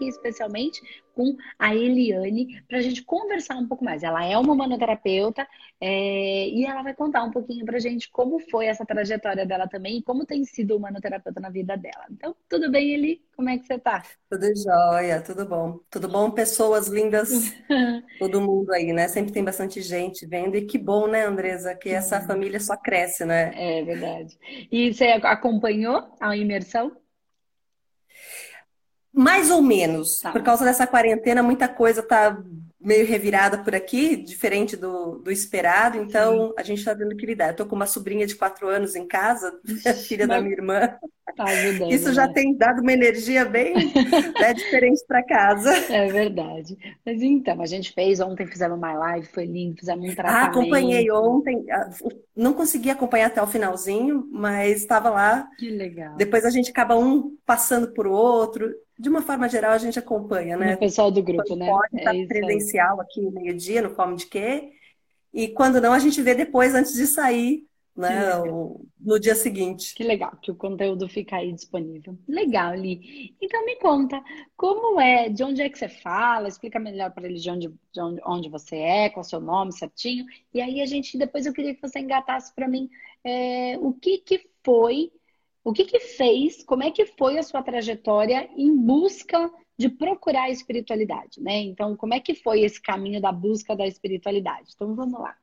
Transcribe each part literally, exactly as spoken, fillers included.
aqui especialmente com a Eliane para a gente conversar um pouco mais. Ela é uma manoterapeuta é, e ela vai contar um pouquinho para a gente como foi essa trajetória dela também e como tem sido o manoterapeuta na vida dela. Então, tudo bem, Eli? Como é que você tá? Tudo jóia, tudo bom. Tudo bom, pessoas lindas, todo mundo aí, né? Sempre tem bastante gente vendo. E que bom, né, Andresa, que Que essa bom. família só cresce, né? É verdade. E você acompanhou a imersão? Mais ou menos. Por Tá. causa dessa quarentena, muita coisa tá meio revirada por aqui, diferente do, do esperado. Sim. Então, a gente tá tendo que lidar. Eu tô com uma sobrinha de quatro anos em casa, Ixi, filha da mas minha irmã. tá ajudando, Isso já né? tem dado uma energia bem, né, diferente para casa. É verdade. Mas então, a gente fez, ontem fizemos uma live, foi lindo, fizemos um Ah, acompanhei tratamento. ontem. ah, Não consegui acompanhar até o finalzinho, mas estava lá. Que legal. Depois a gente acaba um passando por outro. De uma forma geral, a gente acompanha, No né? pessoal do grupo, Quando né? pode, É está isso aí. presencial aqui meio-dia, no Come de Quê? E quando não, a gente vê depois, antes de sair, Que né? legal. o- No dia seguinte. Que legal que o conteúdo fica aí disponível. Legal, Li. Então me conta, como é, de onde é que você fala? Explica melhor para eles de onde, de onde, onde você é, qual é o seu nome certinho. E aí a gente, depois eu queria que você engatasse para mim é, o que que foi, o que que fez, como é que foi a sua trajetória em busca de procurar a espiritualidade, né? Então, como é que foi esse caminho da busca da espiritualidade? Então, vamos lá.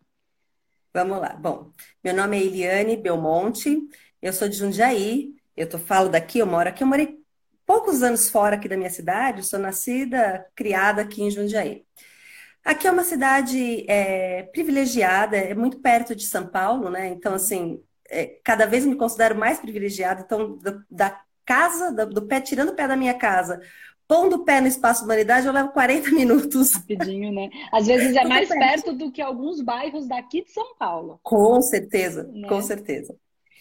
Vamos lá. Bom, meu nome é Eliane Belmonte, eu sou de Jundiaí, eu tô, falo daqui, eu moro aqui, eu morei poucos anos fora aqui da minha cidade, sou nascida, criada aqui em Jundiaí. Aqui é uma cidade é, privilegiada, é muito perto de São Paulo, né? Então, assim, é, cada vez me considero mais privilegiada. Então, do- da casa, do, do pé, tirando o pé da minha casa, pondo o pé no espaço humanidade, eu levo quarenta minutos. Rapidinho, né? Às vezes é Tudo mais perto. perto do que alguns bairros daqui de São Paulo, Com certeza, com né? certeza.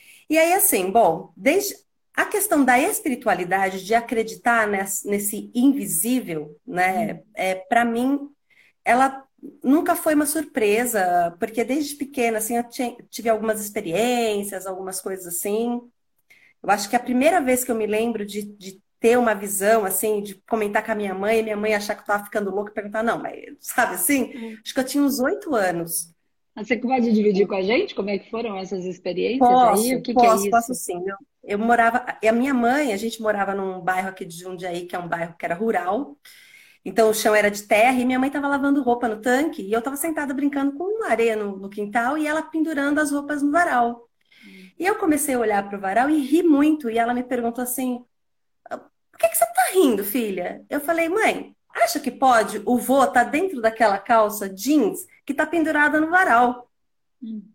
E aí, assim, bom, desde a questão da espiritualidade, de acreditar nesse, nesse invisível, Hum, né, é, para mim, ela nunca foi uma surpresa, porque desde pequena, assim, eu tinha- tive algumas experiências, algumas coisas assim. Eu acho que a primeira vez que eu me lembro de, de ter uma visão, assim, de comentar com a minha mãe, e minha mãe achar que eu estava ficando louca e perguntar, não, mas sabe assim? hum. Acho que eu tinha uns oito anos. Você pode dividir com a gente como é que foram essas experiências aí? O Posso, que que é posso, posso isso? sim. Eu, eu morava, e a minha mãe, a gente morava num bairro aqui de Jundiaí, que é um bairro que era rural, então o chão era de terra, e minha mãe estava lavando roupa no tanque, e eu estava sentada brincando com areia no, no quintal, e ela pendurando as roupas no varal. E eu comecei a olhar para o varal e ri muito, e ela me perguntou assim, por que que você tá rindo, filha? Eu falei, mãe, acha que pode o vô tá dentro daquela calça jeans que tá pendurada no varal? Hum,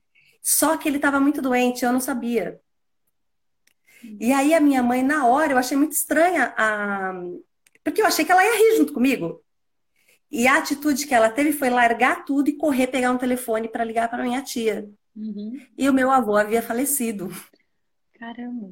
Só que ele estava muito doente, eu não sabia. hum. E aí a minha mãe, na hora, eu achei muito estranha a... Porque eu achei que ela ia rir junto comigo. E a atitude que ela teve foi largar tudo e correr pegar um telefone para ligar para minha tia. Uhum. E o meu avô havia falecido. Caramba.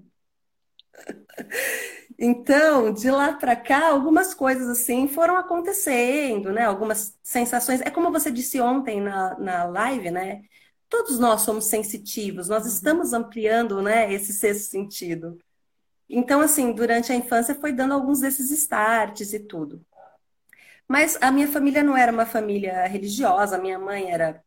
Então, de lá para cá, algumas coisas assim foram acontecendo, né? Algumas sensações. É como você disse ontem na, na live, né? Todos nós somos sensitivos, nós Uhum. estamos ampliando, né, esse sexto sentido. Então, assim, durante a infância foi dando alguns desses starts e tudo. Mas a minha família não era uma família religiosa, a minha mãe era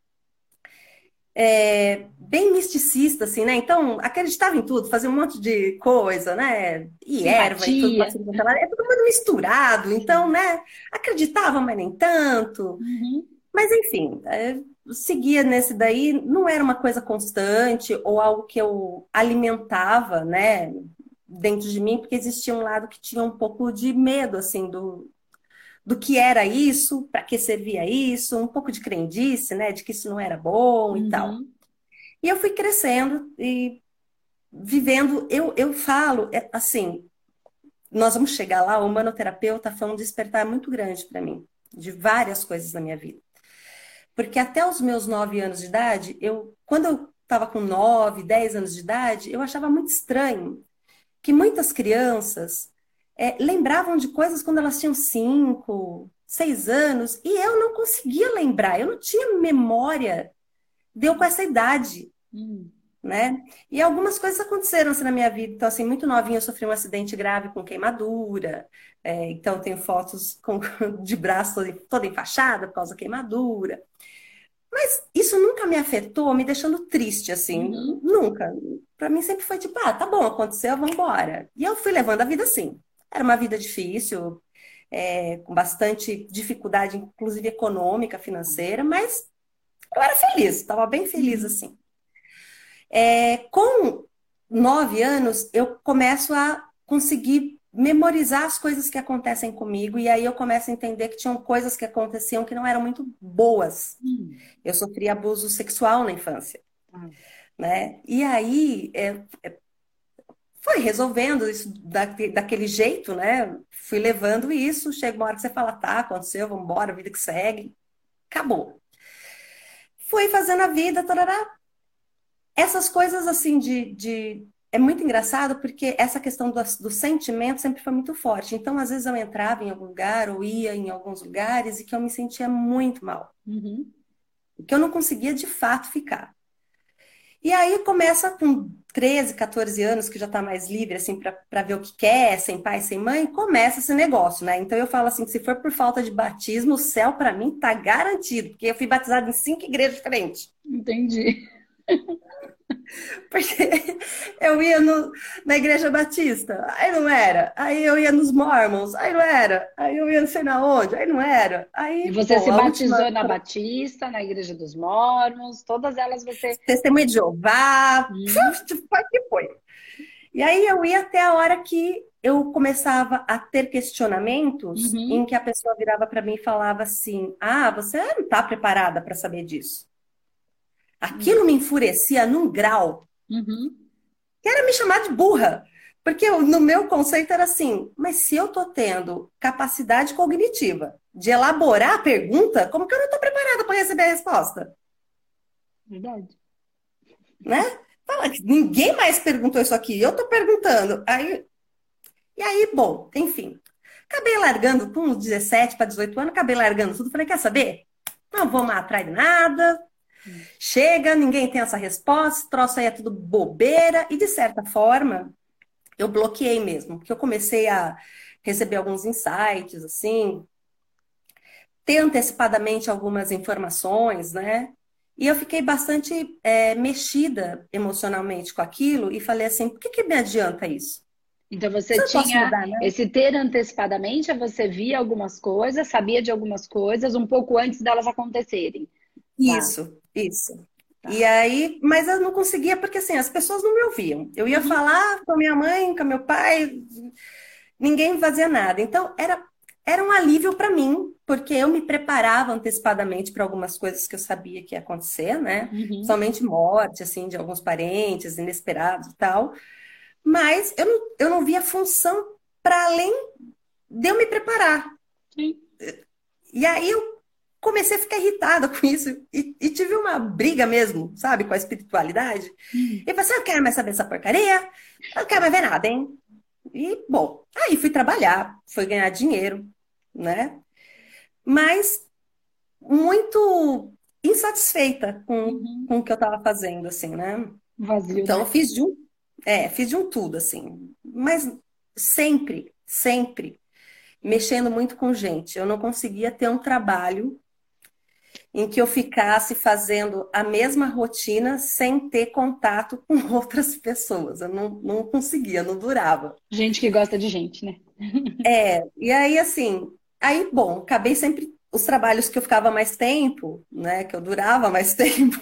é, bem misticista, assim, né? Então, acreditava em tudo, fazia um monte de coisa, né? E erva e tudo, para Simpatia. tudo quanto é lado. É tudo muito misturado, então, Sim. né? Acreditava, mas nem tanto. Uhum. Mas, enfim, é, seguia nesse daí, não era uma coisa constante ou algo que eu alimentava, né? Dentro de mim, porque existia um lado que tinha um pouco de medo, assim, do, do que era isso, para que servia isso, um pouco de crendice, né? De que isso não era bom e tal. Uhum. E eu fui crescendo e vivendo. Eu, eu falo, é, assim, nós vamos chegar lá. O humanoterapeuta foi um despertar muito grande para mim, de várias coisas na minha vida. Porque até os meus nove anos de idade, eu, quando eu estava com nove, dez anos de idade, eu achava muito estranho que muitas crianças é, lembravam de coisas quando elas tinham cinco, seis anos, e eu não conseguia lembrar, eu não tinha memória de eu com essa idade. Hum. né? E algumas coisas aconteceram assim na minha vida. Então, assim, muito novinha eu sofri um acidente grave com queimadura. É, então, tenho fotos com, de braço todo, toda enfaixada por causa da queimadura. Mas isso nunca me afetou, me deixando triste, assim. Uhum, Nunca. Para mim sempre foi tipo, ah, tá bom, aconteceu, vamos embora. E eu fui levando a vida assim. Era uma vida difícil, é, com bastante dificuldade, inclusive econômica, financeira, mas eu era feliz, estava bem feliz uhum, assim. É, com nove anos, eu começo a conseguir memorizar as coisas que acontecem comigo, e aí eu começo a entender que tinham coisas que aconteciam que não eram muito boas. uhum. Eu sofri abuso sexual na infância, Ah, né? E aí é, foi resolvendo isso da, daquele jeito, né? Fui levando isso, chega uma hora que você fala, tá, aconteceu, vamos embora, vida que segue, acabou. Fui fazendo a vida, tarará. Essas coisas assim de, de... É muito engraçado porque essa questão do, do sentimento sempre foi muito forte. Então, às vezes eu entrava em algum lugar ou ia em alguns lugares e que eu me sentia muito mal, uhum. que eu não conseguia de fato ficar. E aí começa com treze, quatorze anos, que já está mais livre, assim, para ver o que quer, sem pai, sem mãe, começa esse negócio, né? Então eu falo assim, que se for por falta de batismo, o céu para mim tá garantido, porque eu fui batizada em cinco igrejas diferentes. Entendi. Porque eu ia no, na igreja batista, aí não era. Aí eu ia nos Mormons, aí não era. Aí eu ia não sei na onde, aí não era. E Aí, você bom, se a última, batizou na Batista, na Igreja dos Mormons, todas elas você. Testemunha de Jeová, Hum, foi que foi. E aí eu ia até a hora que eu começava a ter questionamentos em uhum, que a pessoa virava para mim e falava assim: Ah, você não está preparada para saber disso. hum, Aquilo me enfurecia num grau uhum. que era me chamar de burra. Porque eu- no meu conceito era assim, mas se eu tô tendo capacidade cognitiva de elaborar a pergunta, como que eu não estou preparada para receber a resposta? Verdade. Né? Fala, ninguém mais perguntou isso aqui, eu estou perguntando. Aí, e aí, bom, enfim. Acabei largando com uns dezessete para dezoito anos, acabei largando tudo. Falei, quer saber? Não vou mais atrás de nada. Hum. Chega, ninguém tem essa resposta, troço aí é tudo bobeira. E de certa forma, eu bloqueei mesmo, porque eu comecei a receber alguns insights, assim, ter antecipadamente algumas informações, né? E eu fiquei bastante é, mexida emocionalmente com aquilo e falei assim, por que que me adianta isso? Então você Se eu não posso tinha mudar, né? esse ter antecipadamente, você via algumas coisas, sabia de algumas coisas um pouco antes delas acontecerem. Tá, Isso, isso. E tá. aí, mas eu não conseguia porque assim, as pessoas não me ouviam. Eu ia Uhum. falar com a minha mãe, com meu pai, ninguém fazia nada. Então, era, era um alívio para mim, porque eu me preparava antecipadamente para algumas coisas que eu sabia que ia acontecer, né? Uhum. Somente morte, assim, de alguns parentes inesperados e tal. Mas eu não, eu não via função para além de eu me preparar. Sim. E aí eu comecei a ficar irritada com isso e, e tive uma briga mesmo, sabe, com a espiritualidade. Uhum. E eu falei assim, eu não quero mais saber dessa porcaria, eu não quero mais ver nada, hein? E, bom, aí fui trabalhar, fui ganhar dinheiro, né? Mas muito insatisfeita com, Uhum. com o que eu estava fazendo, assim, né? Vazio, Então, né? eu fiz de um, é, fiz de um tudo, assim. Mas sempre, sempre mexendo muito com gente. Eu não conseguia ter um trabalho em que eu ficasse fazendo a mesma rotina sem ter contato com outras pessoas. Eu não, não conseguia, não durava. Gente que gosta de gente, né? E aí, assim, aí, bom, acabei sempre os trabalhos que eu ficava mais tempo, né, que eu durava mais tempo,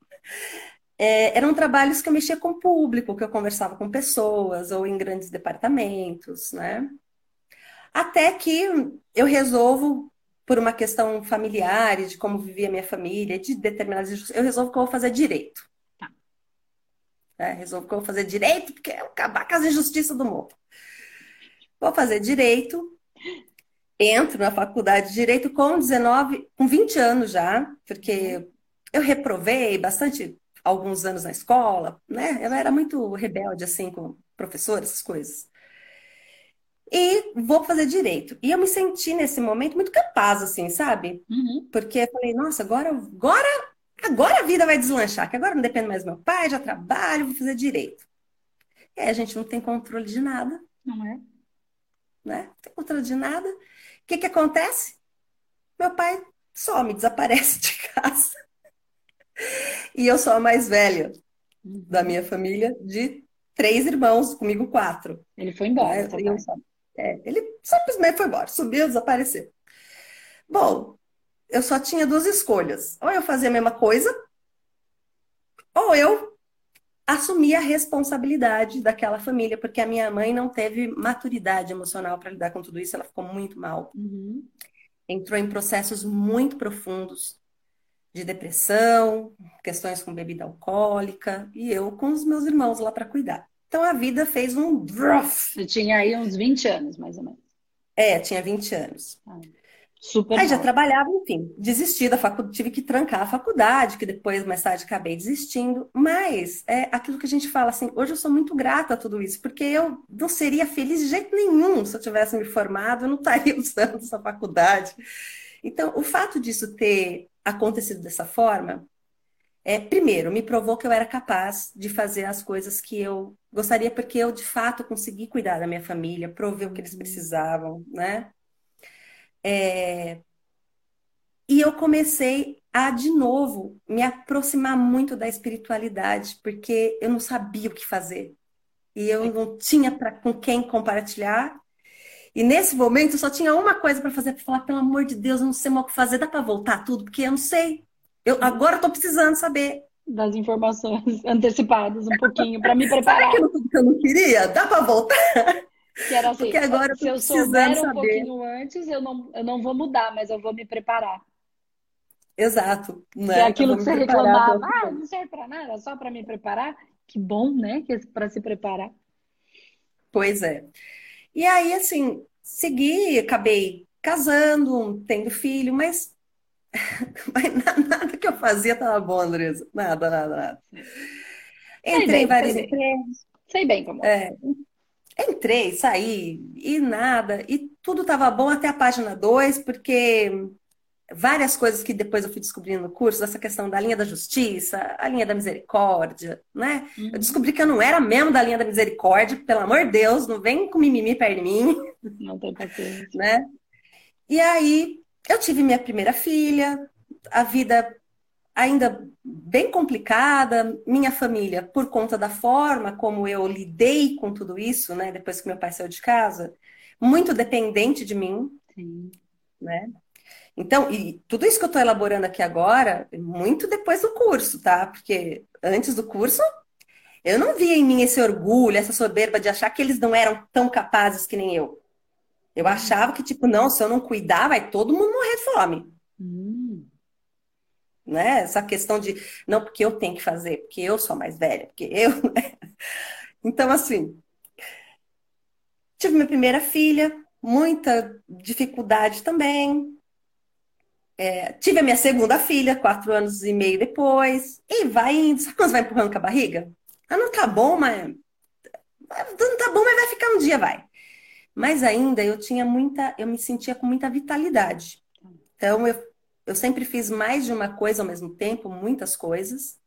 é, eram trabalhos que eu mexia com o público, que eu conversava com pessoas ou em grandes departamentos, né? Até que eu resolvo, por uma questão familiar e de como vivia a minha família, de determinadas injustiças, eu resolvo que eu vou fazer direito, Tá. né? Resolvo que eu vou fazer direito porque é acabar com as injustiças do mundo. Vou fazer direito, entro na faculdade de Direito com dezenove, com vinte anos já, Uhum. porque eu reprovei bastante alguns anos na escola, né? Eu era Sim. muito rebelde, assim, com professor, essas coisas. E vou fazer Direito. E eu me senti, nesse momento, muito capaz, assim, sabe? Uhum. Porque eu falei, nossa, agora, agora agora a vida vai deslanchar, que agora não depende mais do meu pai, já trabalho, vou fazer direito. E aí a gente não tem controle de nada, Não é? né? Não tem controle de nada. O que que acontece? Meu pai some, desaparece de casa. E eu sou a mais velha da Uhum. minha família, de três irmãos, comigo quatro, Ele foi embora, né? seu E eu pai. só, é, ele simplesmente foi embora, subiu, desapareceu. Bom, eu só tinha duas escolhas. Ou eu fazia a mesma coisa, ou eu assumia a responsabilidade daquela família, porque a minha mãe não teve maturidade emocional para lidar com tudo isso, ela ficou muito mal. Uhum. Entrou em processos muito profundos de depressão, questões com bebida alcoólica, e eu com os meus irmãos lá para cuidar. Então a vida fez um druff. Eu tinha aí uns vinte anos, mais ou menos. É, tinha vinte anos. Ah, super Aí já nova. trabalhava, enfim, desisti da faculdade, tive que trancar a faculdade, que depois, mais tarde, acabei desistindo. Mas é aquilo que a gente fala assim, hoje eu sou muito grata a tudo isso, porque eu não seria feliz de jeito nenhum se eu tivesse me formado, eu não estaria usando essa faculdade. Então, o fato disso ter acontecido dessa forma, é, primeiro, me provou que eu era capaz de fazer as coisas que eu gostaria, porque eu, de fato, consegui cuidar da minha família, prover o que eles Uhum. precisavam, né? E eu comecei a, de novo, me aproximar muito da espiritualidade, porque eu não sabia o que fazer. E eu não tinha pra, com quem compartilhar. E nesse momento eu só tinha uma coisa para fazer, para falar, pelo amor de Deus, eu não sei mais o que fazer, dá para voltar tudo? Porque eu não sei. Eu, agora eu tô precisando saber. Das informações antecipadas um pouquinho para me Sabe preparar. aquilo tudo que eu não queria? Dá para voltar? Que era Porque assim, agora eu se tô eu precisando souber um saber. pouquinho antes, eu não, eu não vou mudar, mas eu vou me preparar. Exato, Que é né? Eu aquilo vou que me você preparar para reclamava, outra ah, coisa. não serve para nada, só para me preparar. Que bom, né? Que para se preparar. Pois é. E aí, assim, segui, acabei casando, tendo filho, mas, mas na- nada que eu fazia estava bom, Andresa. Nada, nada, nada. Sei Entrei em bem, sei vários bem. empregos, Sei bem como é. entrei, saí, e nada, e tudo estava bom até a página dois, porque várias coisas que depois eu fui descobrindo no curso, essa questão da linha da justiça, a linha da misericórdia, né? Eu Uhum. descobri que eu não era mesmo da linha da misericórdia, pelo amor de Deus, não vem com mimimi perto de mim, Não tem paciência. né? E aí eu tive minha primeira filha, a vida ainda bem complicada, minha família, por conta da forma como eu lidei com tudo isso, né, depois que meu pai saiu de casa, muito dependente de mim, Sim. né? Então, e tudo isso que eu estou elaborando aqui agora, é muito depois do curso, tá? Porque antes do curso, eu não via em mim esse orgulho, essa soberba de achar que eles não eram tão capazes que nem eu. Eu Uhum. achava que, tipo, não, se eu não cuidar, vai todo mundo morrer de fome. Uhum. Né? Essa questão de, não, porque eu tenho que fazer, porque eu sou a mais velha, porque eu. Então, assim, tive minha primeira filha, muita dificuldade também. É, tive a minha segunda filha, quatro anos e meio depois, e vai indo. Sabe quando você vai empurrando com a barriga? Ah, não tá bom, mas. Não tá bom, mas vai ficar um dia, vai. Mas ainda eu tinha muita. Eu me sentia com muita vitalidade. Então, eu, eu sempre fiz mais de uma coisa ao mesmo tempo, muitas coisas.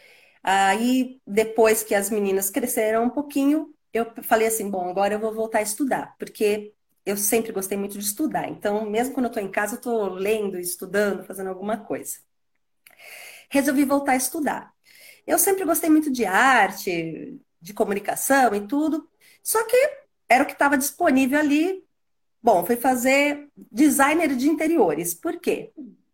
Aí, depois que as meninas cresceram um pouquinho, eu falei assim: bom, agora eu vou voltar a estudar, porque eu sempre gostei muito de estudar. Então, mesmo quando eu estou em casa, eu estou lendo, estudando, fazendo alguma coisa. Resolvi voltar a estudar. Eu sempre gostei muito de arte, de comunicação e tudo, só que era o que estava disponível ali. Bom, fui fazer designer de interiores. Por quê?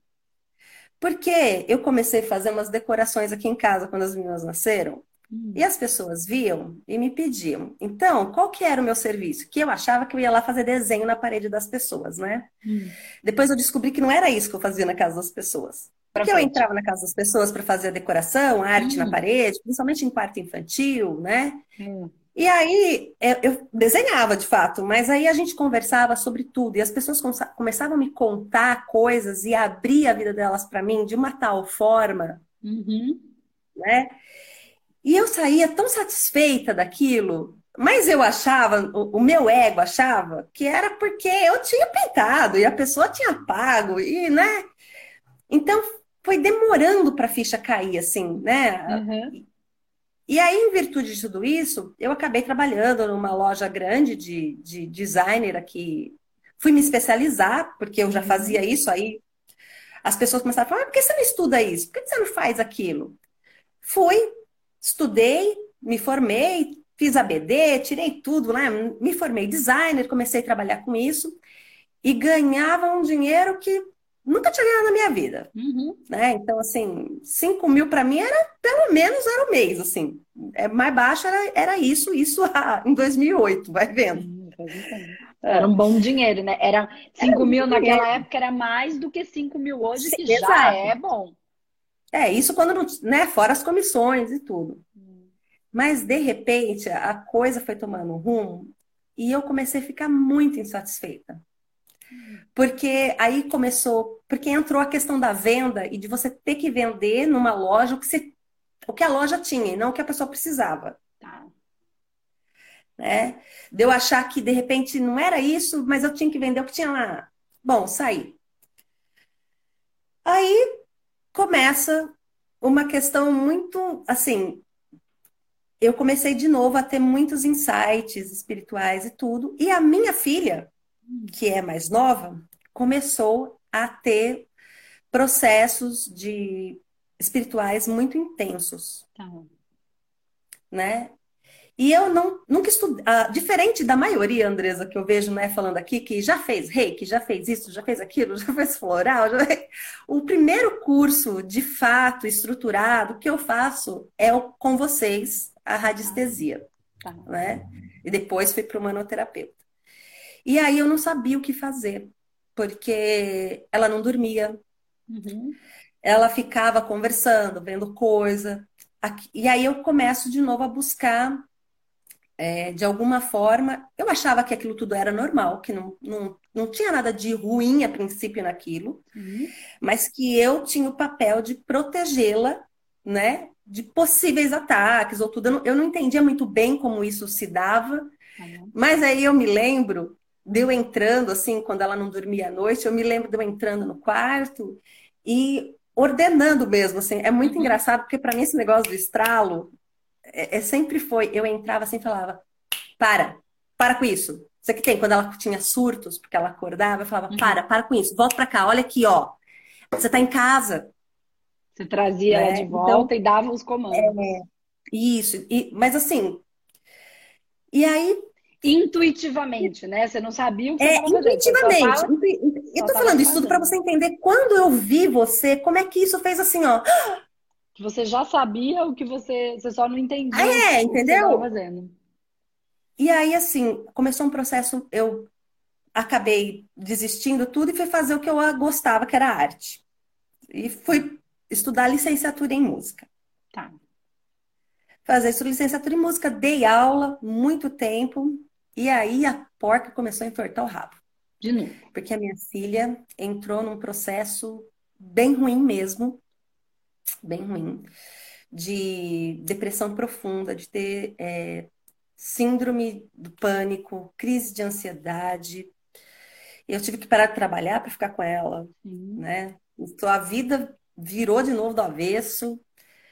Porque eu comecei a fazer umas decorações aqui em casa quando as meninas nasceram. E Uhum. as pessoas viam e me pediam. Então, qual que era o meu serviço? Que eu achava que eu ia lá fazer desenho na parede das pessoas, né? Uhum. Depois eu descobri que não era isso que eu fazia na casa das pessoas. Para Porque eu frente. entrava na casa das pessoas para fazer a decoração, a arte na Uhum. parede, principalmente em quarto infantil, né? Uhum. E aí eu, eu desenhava de fato, mas aí a gente conversava sobre tudo e as pessoas come- começavam a me contar coisas e abrir a vida delas para mim de uma tal forma, Uhum. né? E eu saía tão satisfeita daquilo, mas eu achava, o, o meu ego achava que era porque eu tinha pintado e a pessoa tinha pago, e, né? Então foi demorando para a ficha cair, assim, né? Uhum. E aí, em virtude de tudo isso, eu acabei trabalhando numa loja grande de, de designer aqui. Fui me especializar, porque eu já Uhum. fazia isso, aí as pessoas começaram a falar, ah, por que você não estuda isso? Por que você não faz aquilo? Fui, estudei, me formei, fiz A B D, tirei tudo, né? Me formei designer, comecei a trabalhar com isso e ganhava um dinheiro que nunca tinha ganhado na minha vida, Uhum. né? Então, assim, cinco mil para mim era, pelo menos, era o mês, assim. É, mais baixo era, era isso, isso ah, em dois mil e oito, vai vendo. Sim, faz um tempo. Era É, um bom dinheiro, né? Era era cinco muito mil naquela dinheiro. época, era mais do que cinco mil hoje, Sim, que já exato. é bom. É, isso quando não, né, fora as comissões e tudo. Hum. Mas, de repente, a coisa foi tomando um rumo e eu comecei a ficar muito insatisfeita. Porque aí começou, porque entrou a questão da venda e de você ter que vender numa loja o que, você, o que a loja tinha e não o que a pessoa precisava, Tá. né? De eu achar que de repente não era isso, mas eu tinha que vender o que tinha lá. Bom, saí. Aí começa uma questão muito assim, eu comecei de novo a ter muitos insights espirituais e tudo, e a minha filha, Hum. que é mais nova, começou a ter processos de espirituais muito intensos, Tá. né? E eu não, nunca estudei, ah, diferente da maioria, Andresa, que eu vejo, né, falando aqui, que já fez reiki, já fez isso, já fez aquilo, já fez floral, já... o primeiro curso, de fato, estruturado, que eu faço é o, com vocês, a Tá. radiestesia, Tá. né? E depois fui para o manoterapeuta. E aí eu não sabia o que fazer, porque ela não dormia, Uhum. ela ficava conversando, vendo coisa. Aqui- E aí eu começo de novo a buscar, é, de alguma forma, eu achava que aquilo tudo era normal, que não, não, não tinha nada de ruim a princípio naquilo, Sim. mas que eu tinha o papel de protegê-la, né, de possíveis ataques ou tudo. Eu não, eu não entendia muito bem como isso se dava, Tá bom. mas aí eu me lembro de eu entrando, assim, quando ela não dormia à noite, eu me lembro de eu entrando no quarto e ordenando mesmo, assim. É muito Uhum. engraçado, porque para mim esse negócio do estralo é, é sempre foi. Eu entrava assim e falava: para, para com isso. Isso aqui tem, quando ela tinha surtos, porque ela acordava, eu falava: para, Uhum. para com isso, volta para cá, olha aqui, ó. Você tá em casa, Você trazia ela de né? volta Então, e dava os comandos. isso. E, mas assim, e aí Intuitivamente, né? Você não sabia o que você é, estava fazendo. Você só intuitivamente. tava, Intu- Eu só tô tava falando isso tudo para fazendo. você entender quando eu vi você, como é que isso fez assim, ó. Que você já sabia o que você, você só não entendia o, É, o que você estava entendeu? fazendo. E aí, assim, começou um processo, eu acabei desistindo tudo e fui fazer o que eu gostava, que era arte. E fui estudar licenciatura em música. Tá. Fazer isso, licenciatura em música, dei aula muito tempo, e aí a porca começou a entortar o rabo. De novo. Porque a minha filha entrou num processo bem ruim mesmo, bem ruim, de depressão profunda, de ter é, síndrome do pânico, crise de ansiedade. Eu tive que parar de trabalhar para ficar com ela, Sim. né? Então, a vida virou de novo do avesso.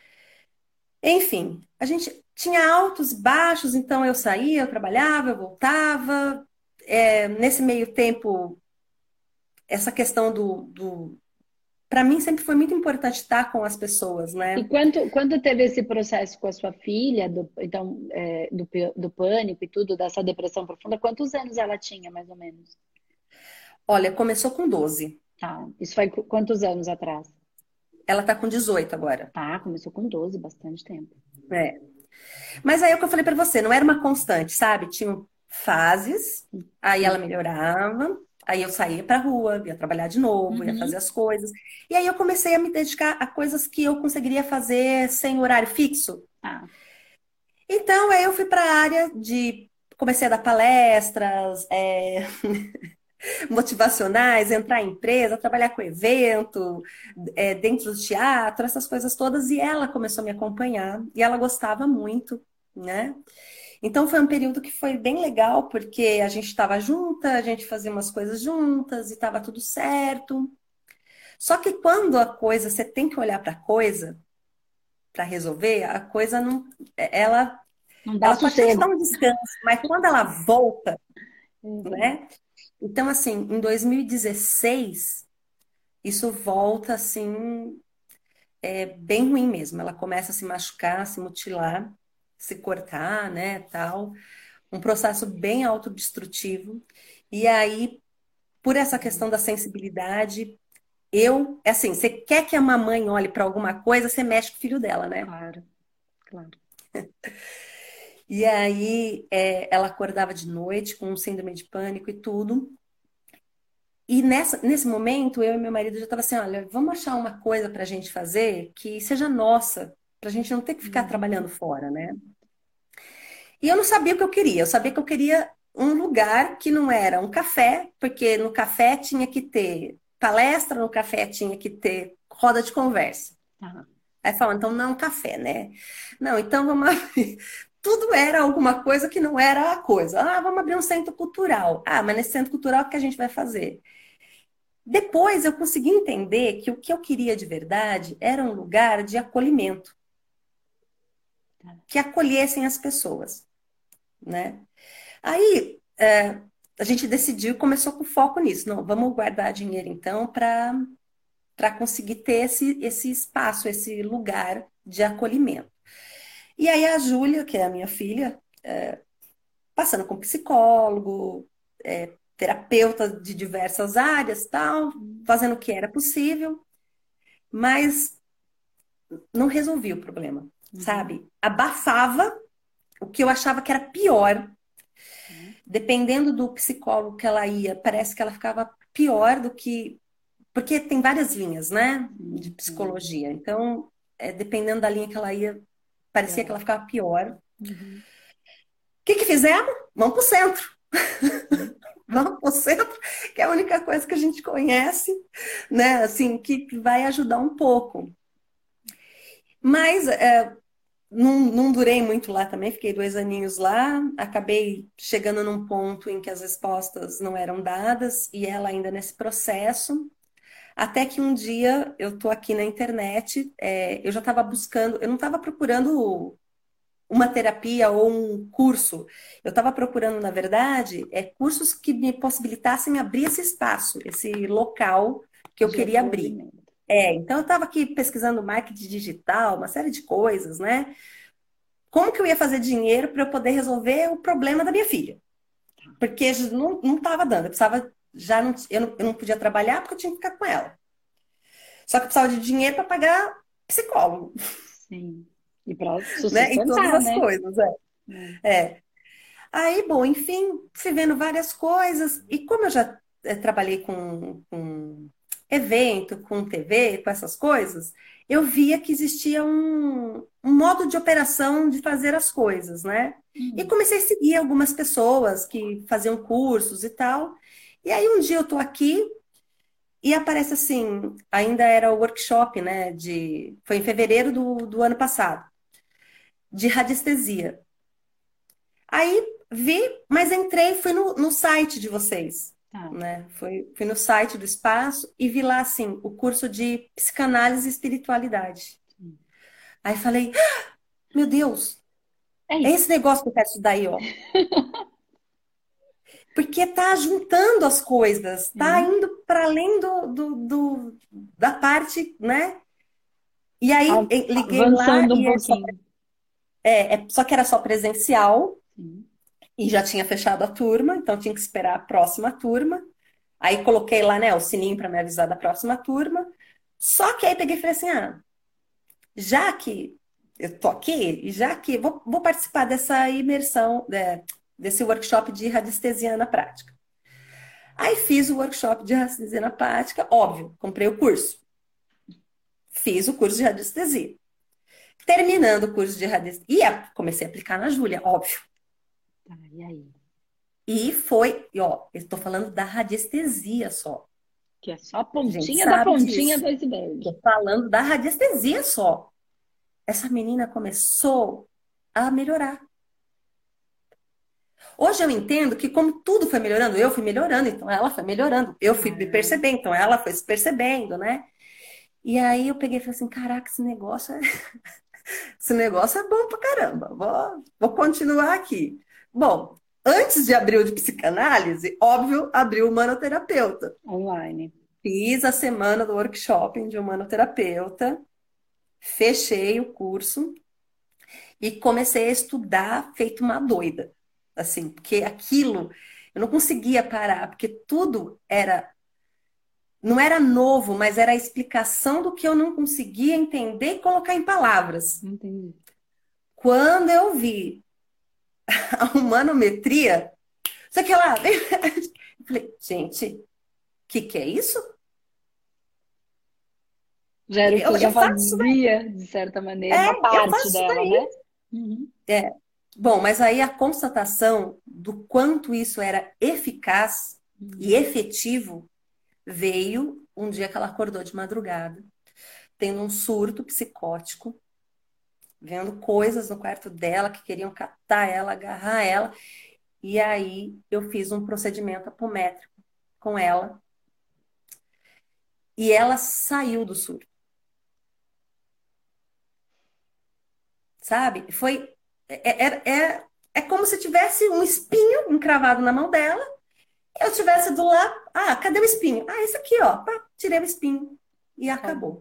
Enfim, a gente tinha altos, baixos, então eu saía, eu trabalhava, eu voltava. É, nesse meio tempo, essa questão do, do... Para mim sempre foi muito importante estar com as pessoas, E né? quando, quando teve esse processo com a sua filha, do, então, é, do, pi- do pânico e tudo, dessa depressão profunda, quantos anos ela tinha, mais ou menos? Olha, começou com doze. Tá. Isso foi qu- quantos anos atrás? Ela tá com dezoito agora. Tá, começou com doze, bastante tempo. É. Mas aí é o que eu falei para você, não era uma constante, sabe? Tinham fases, aí ela melhorava, aí eu saía para rua, ia trabalhar de novo, ia fazer Uhum. as coisas. E aí eu comecei a me dedicar a coisas que eu conseguiria fazer sem horário fixo. Tá. Então, aí eu fui para a área de. Comecei a dar palestras, é, motivacionais, entrar em empresa, trabalhar com evento, é, dentro do teatro, essas coisas todas. E ela começou a me acompanhar e ela gostava muito, né? Então foi um período que foi bem legal, porque a gente estava junta, a gente fazia umas coisas juntas e estava tudo certo. Só que quando a coisa, você tem que olhar para a coisa para resolver, a coisa não, ela, Não dá ela pode até te sossego. dar um descanso, mas quando ela volta, É verdade. né? Então, assim, em dois mil e dezesseis, isso volta assim, é bem ruim mesmo. Ela começa a se machucar, a se mutilar, se cortar, né, tal. Um processo bem autodestrutivo. E aí, por essa questão da sensibilidade, eu, é assim, você quer que a mamãe olhe para alguma coisa, você mexe com o filho dela, né? Claro, claro. E aí, é, ela acordava de noite com um síndrome de pânico e tudo. E nessa, nesse momento, eu e meu marido já estava assim, olha, vamos achar uma coisa para a gente fazer que seja nossa, para a gente não ter que ficar trabalhando Uhum. fora, né? E eu não sabia o que eu queria. Eu sabia que eu queria um lugar que não era um café, porque no café tinha que ter palestra, no café tinha que ter roda de conversa. Tá. Aí falam, então não é um café, né? Não, então vamos abrir. Tudo era alguma coisa que não era a coisa. Ah, vamos abrir um centro cultural. Ah, mas nesse centro cultural o que a gente vai fazer? Depois eu consegui entender que o que eu queria de verdade era um lugar de acolhimento, Tá. que acolhessem as pessoas, né? Aí é, a gente decidiu, começou com foco nisso. Não, vamos guardar dinheiro então para para conseguir ter esse, esse espaço, esse lugar de acolhimento. E aí a Júlia, que é a minha filha, passando com psicólogo, é, terapeuta de diversas áreas, tal, fazendo o que era possível, mas não resolvia o problema, Uhum. sabe? Abafava o que eu achava que era pior. Tá. Dependendo do psicólogo que ela ia, parece que ela ficava pior do que. Porque tem várias linhas, né? De Sim, sim. psicologia. Então, é, dependendo da linha que ela ia, parecia que Pior. ela ficava pior. O Uhum. que que fizemos? Vamos para o centro. Sim. Vamos para o centro, que é a única coisa que a gente conhece, né? Assim, que que vai ajudar um pouco. Mas é, não, não durei muito lá também, fiquei dois aninhos lá, acabei chegando num ponto em que as respostas não eram dadas e ela ainda nesse processo. Até que um dia eu tô aqui na internet, é, eu já estava buscando, eu não estava procurando uma terapia ou um curso, eu estava procurando, na verdade, é, cursos que me possibilitassem abrir esse espaço, esse local que eu De queria abrir. acolhimento. É, então eu estava aqui pesquisando marketing digital, uma série de coisas, né? Como que eu ia fazer dinheiro para eu poder resolver o problema da minha filha? Porque não, não estava dando, eu precisava, já não, eu não, eu não podia trabalhar porque eu tinha que ficar com ela. Só que eu precisava de dinheiro para pagar psicólogo, Sim. E para se né? E todas sustentar, as né? coisas, é. É. É. Aí, bom, enfim, fui vendo várias coisas. E como eu já eh, trabalhei com, com evento, com T V, com essas coisas, eu via que existia um, um modo de operação de fazer as coisas, né? E Hum. comecei a seguir algumas pessoas que faziam cursos e tal. E aí um dia eu tô aqui e aparece assim, ainda era o workshop, né? De, foi em fevereiro do, do ano passado, de radiestesia. Aí vi, mas entrei, fui no, no site de vocês, Tá. né? Fui, fui no site do espaço e vi lá assim, o curso de psicanálise e espiritualidade. Sim. Aí falei, "Ah, meu Deus, É é esse isso. negócio que eu quero estudar aí, ó. Porque tá juntando as coisas, tá Sim. indo para além do, do, do- da parte, né? E aí A- eh, liguei lá Avançando um e é só, pouquinho. é, é- só que era só presencial Sim. e já tinha fechado a turma, então tinha que esperar a próxima turma. Aí coloquei lá, né, o sininho para me avisar da próxima turma. Só que aí peguei e falei assim: ah, já que eu tô aqui, e já que vou, vou participar dessa imersão, né, desse workshop de radiestesia na prática. Aí fiz o workshop de radiestesia na prática, óbvio, comprei o curso. Fiz o curso de radiestesia. Terminando o curso de radiestesia, e comecei a aplicar na Júlia, óbvio. Tá, e aí? E foi, e ó, eu tô falando da radiestesia só. Que é só a A gente pontinha da sabe pontinha disso. do iceberg. Tô falando da radiestesia só. Essa menina começou a melhorar. Hoje eu entendo que como tudo foi melhorando, eu fui melhorando, então ela foi melhorando. Eu fui me Ah, percebendo, então ela foi se percebendo, né? E aí eu peguei e falei assim, caraca, esse negócio é, esse negócio é bom pra caramba. Vou, vou continuar aqui. Bom, antes de abrir o de psicanálise, óbvio, abri o humanoterapeuta. online. Fiz a semana do workshop de humanoterapeuta, fechei o curso e comecei a estudar feito uma doida. Assim, porque aquilo eu não conseguia parar, porque tudo era não era novo, mas era a explicação do que eu não conseguia entender e colocar em palavras. Entendi. Quando eu vi a humanometria, só que lá, eu falei, gente, o que que é isso? Já era o que Eu, você eu já faço isso daí, fazia, de certa maneira, uma é, eu parte faço isso dela, né? daí. Uhum. É. Bom, mas aí a constatação do quanto isso era eficaz e Uhum. efetivo veio um dia que ela acordou de madrugada, tendo um surto psicótico, vendo coisas no quarto dela que queriam catar ela, agarrar ela. E aí eu fiz um procedimento apométrico com ela e ela saiu do surto, sabe? Foi é, é, é, é como se tivesse um espinho encravado na mão dela. Eu tivesse do lado, ah, cadê o espinho? Ah, esse aqui, ó. Pá, tirei o espinho e Acabou. acabou.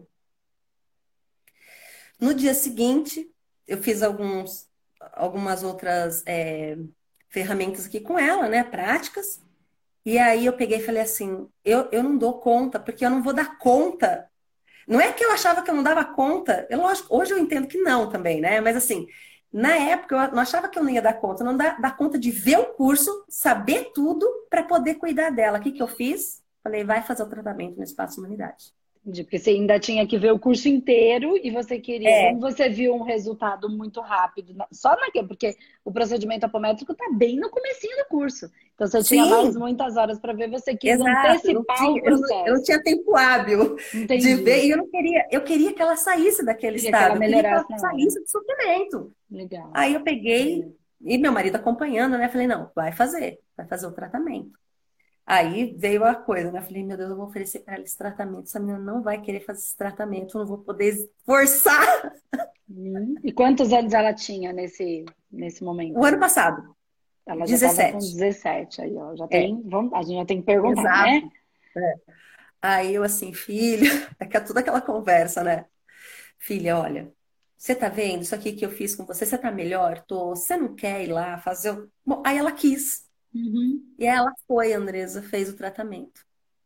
No dia seguinte, eu fiz alguns, algumas outras é, ferramentas aqui com ela, né? Práticas. E aí eu peguei e falei assim: eu, eu não dou conta, porque eu não vou dar conta. Não é que eu achava que eu não dava conta, eu, lógico, hoje eu entendo que não também, né? Mas assim, na época eu não achava que eu não ia dar conta, não dar, dar conta de ver o curso, saber tudo para poder cuidar dela. O que que eu fiz? Falei, vai fazer o tratamento no Espaço Humanidade. Entendi, porque você ainda tinha que ver o curso inteiro e você queria, como É, você viu um resultado muito rápido, na- só naquele, porque o procedimento apométrico está bem no comecinho do curso. Então você tinha mais sim, muitas horas para ver, você quis exato. Eu não antecipar o tinha, eu não, eu não processo. tinha tempo hábil de ver, Entendi. e eu não queria, eu queria que ela saísse daquele Queria que ela estado, eu queria que ela melhorasse na hora. saísse do sofrimento. Legal. Aí eu peguei, e meu marido acompanhando, né? Falei, não, vai fazer, vai fazer o tratamento. Aí veio a coisa, né? Eu falei, meu Deus, eu vou oferecer para ela esse tratamento. Essa menina não vai querer fazer esse tratamento, eu não vou poder forçar. Hum. E quantos anos ela tinha nesse, nesse O momento? ano passado, Ela já estava com dezessete. dezessete aí, ó. Já É, tem, vamos, a gente já tem que perguntar, né? exato. É. Aí eu assim, filha, é que é toda aquela conversa, né? Filha, olha, você tá vendo isso aqui que eu fiz com você? Você tá melhor? Tô. Você não quer ir lá fazer o... Bom, aí ela quis. Uhum. E aí ela foi, Andresa, fez o tratamento.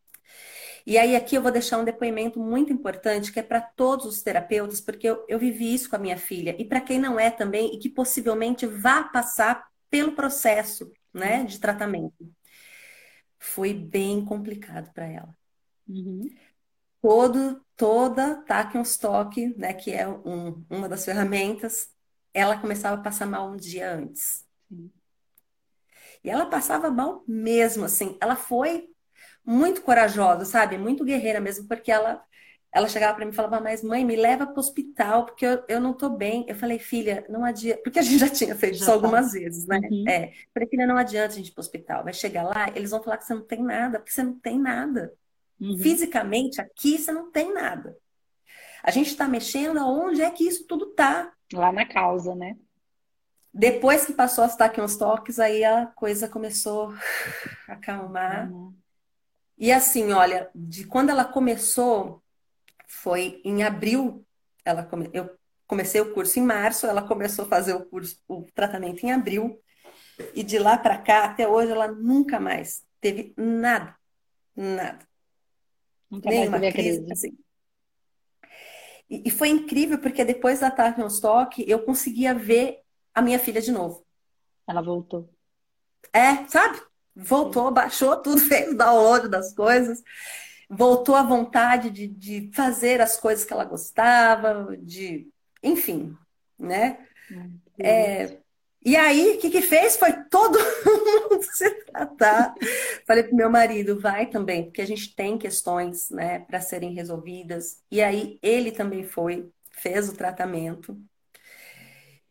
E aí aqui eu vou deixar um depoimento muito importante que é para todos os terapeutas, porque eu, eu vivi isso com a minha filha, e para quem não é também, e que possivelmente vá passar pelo processo, né, de tratamento. Foi bem complicado para ela. Uhum. Todo, toda Takion-Stock, né, que é um, uma das ferramentas, ela começava a passar mal um dia antes. Sim. E ela passava mal mesmo, assim. Ela foi muito corajosa, sabe? Muito guerreira mesmo, porque ela, ela chegava para mim e falava, mas mãe, me leva para o hospital, porque eu, eu não tô bem. Eu falei, filha, não adianta, porque a gente já tinha feito isso Já tá. algumas vezes, né? Uhum. É, falei, filha, não adianta a gente ir para o hospital. Vai chegar lá, eles vão falar que você não tem nada, porque você não tem nada. Uhum. Fisicamente, aqui você não tem nada. A gente está mexendo aonde é que isso tudo tá. Lá na causa, né? Depois que passou as toques, aí a coisa começou a acalmar. Calma. E assim, olha, de quando ela começou, foi em abril, ela come... eu comecei o curso em março, ela começou a fazer o curso, o tratamento em abril, e de lá para cá, até hoje, ela nunca mais teve nada, nada, Nunca mais nenhuma teve a crise, crise. assim. E, e foi incrível, porque depois da Toque, eu conseguia ver a minha filha de novo. Ela voltou. É, sabe? Sim. Voltou, baixou tudo, fez o download das coisas, voltou à vontade de, de fazer as coisas que ela gostava, de, enfim, né? Hum, que delícia. É, e aí, o que que fez? Foi todo mundo se tratar. Falei pro meu marido, vai também, porque a gente tem questões, né, para serem resolvidas. E aí, ele também foi, fez o tratamento.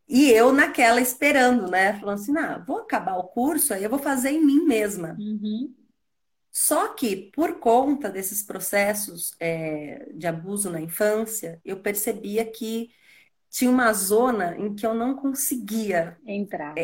E eu naquela esperando, né? Falando assim, não, vou acabar o curso, aí eu vou fazer em mim mesma. Uhum. Só que, por conta desses processos, é, de abuso na infância, eu percebia que tinha uma zona em que eu não conseguia. Entrar.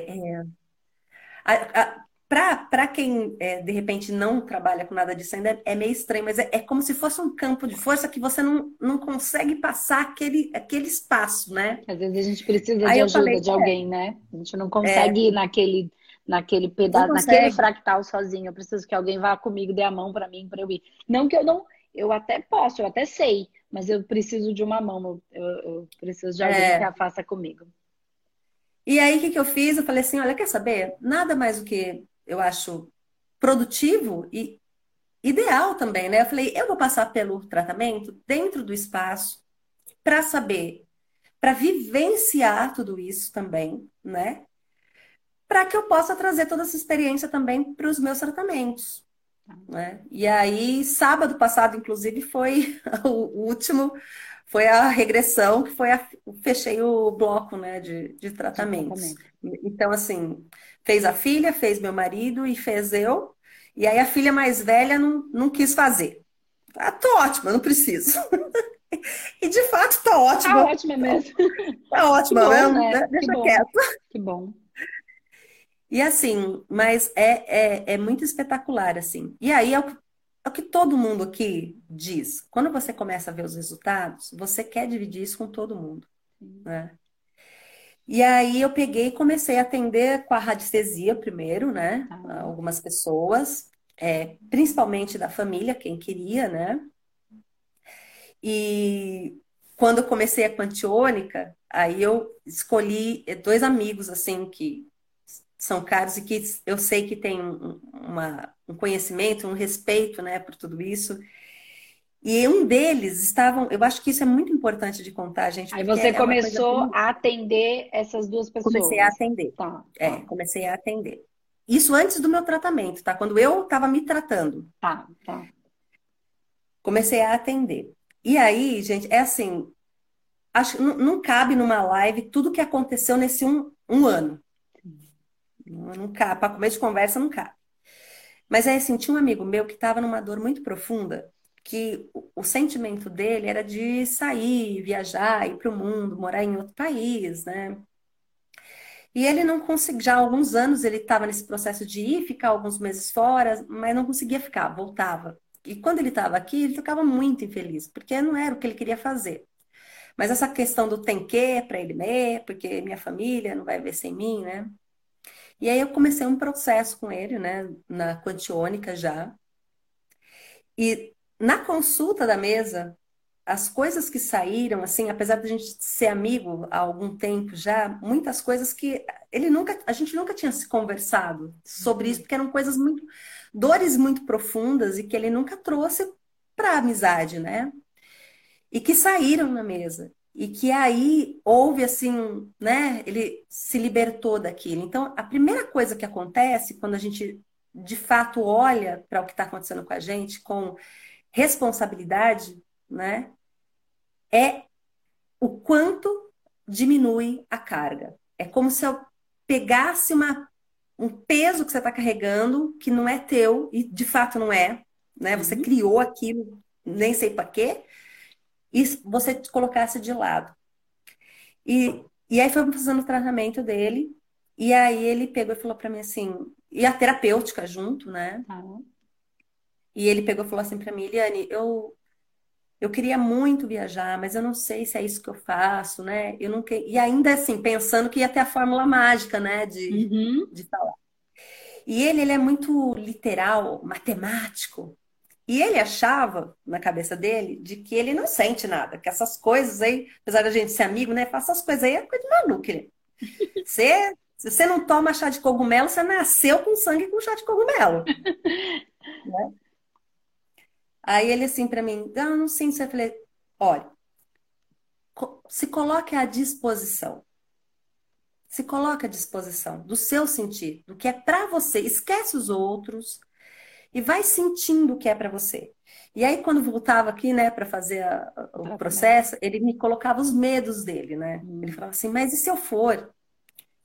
Para quem, é, de repente, não trabalha com nada disso ainda, é meio estranho, mas é, é como se fosse um campo de força que você não, não consegue passar aquele, aquele espaço, né? Às vezes a gente precisa de Aí eu ajuda falei, de alguém, né? A gente não é, consegue ir naquele, naquele não pedaço, naquele consegue. fractal sozinho. Eu preciso que alguém vá comigo, dê a mão para mim, para eu ir. Não que eu não, eu até posso, eu até sei, mas eu preciso de uma mão. Eu, eu- eu preciso de alguém que É. a faça comigo. E aí, o que que eu fiz? Eu falei assim, olha, quer saber? Nada mais do que eu acho produtivo e ideal também, né? Eu falei, eu vou passar pelo tratamento dentro do espaço para saber, para vivenciar tudo isso também, né? Para que eu possa trazer toda essa experiência também para os meus tratamentos, né? E aí, sábado passado, inclusive, foi o último, foi a regressão, que foi a, fechei o bloco, né, de, de De tratamentos. tratamento. Então, assim, fez a filha, fez meu marido e fez eu. E aí a filha mais velha não, não quis fazer. Ah, tô ótima, não preciso. E de fato tá Tá ótima. ótimo mesmo. Tá Que ótima bom, mesmo, né? né? Que Deixa bom. quieto. Que bom. E assim, mas é, é, é muito espetacular, assim. E aí é o, que- é o que todo mundo aqui diz. Quando você começa a ver os resultados, você quer dividir isso com todo mundo, né? E aí eu peguei e comecei a atender com a radiestesia primeiro, né? Tá. Algumas pessoas, é, principalmente da família, quem queria, né? E quando eu comecei a quantiônica, aí eu escolhi dois amigos, assim, que são caros e que eu sei que tem um, uma, um conhecimento, um respeito, né, por tudo isso. E um deles estavam, eu acho que isso é muito importante de contar, gente, Aí porque você é uma coisa começou bem... a atender essas duas Comecei a pessoas. atender. Tá, É, tá, comecei a atender. Isso antes do meu tratamento, tá? Quando eu estava me tratando, tá, tá. comecei a atender. E aí, gente, é assim, acho que não, não cabe numa live tudo que aconteceu nesse um, um ano. Não, não cabe, para começo de conversa não cabe. Mas é assim, tinha um amigo meu que estava numa dor muito profunda, que o, o sentimento dele era de sair, viajar, ir para o mundo, morar em outro país, né? E ele não conseguia, já há alguns anos ele estava nesse processo de ir, ficar alguns meses fora, mas não conseguia ficar, voltava. E quando ele estava aqui, ele ficava muito infeliz, porque não era o que ele queria fazer. Mas essa questão do tem que para ele ver, porque minha família não vai ver sem mim, né? E aí eu comecei um processo com ele, né, na quantiônica já. E na consulta da mesa, as coisas que saíram, assim, apesar de a gente ser amigo há algum tempo já, muitas coisas que ele nunca, a gente nunca tinha se conversado sobre isso, Uhum. porque eram coisas muito, dores muito profundas e que ele nunca trouxe para a amizade, né? E que saíram na mesa. E que aí houve assim, né? Ele se libertou daquilo. Então, a primeira coisa que acontece quando a gente de fato olha para o que está acontecendo com a gente com responsabilidade, né? É o quanto diminui a carga. É como se eu pegasse uma, um peso que você está carregando, que não é teu, e de fato não é, né? Você Sim. criou aquilo, nem sei para quê, e você colocasse de lado. E, e aí foi fazendo o tratamento dele, e aí ele pegou e falou para mim assim, e a terapêutica junto, né? Tá. E ele pegou e falou assim para mim, Eliane, eu eu queria muito viajar, mas eu não sei se é isso que eu faço, né? Eu não que... E ainda assim, pensando que ia ter a fórmula mágica, né? De, Uhum. de falar. E ele, ele é muito literal, matemático. E ele achava, na cabeça dele, de que ele não sente nada, que essas coisas aí, apesar da gente ser amigo, né? Faça essas coisas aí, é coisa de maluco, né? Você, se você não toma chá de cogumelo, você nasceu com sangue com chá de cogumelo, né? Aí ele assim para mim, ah, não sei se eu falei, olha, co- se coloque à disposição. Se coloque à disposição do seu sentir, do que é para você. Esquece os outros e vai sentindo o que é para você. E aí, quando voltava aqui, né, para fazer a- a- O o tratamento. processo, ele me colocava os medos dele, né? Ele Hum. falava assim: mas e se eu for?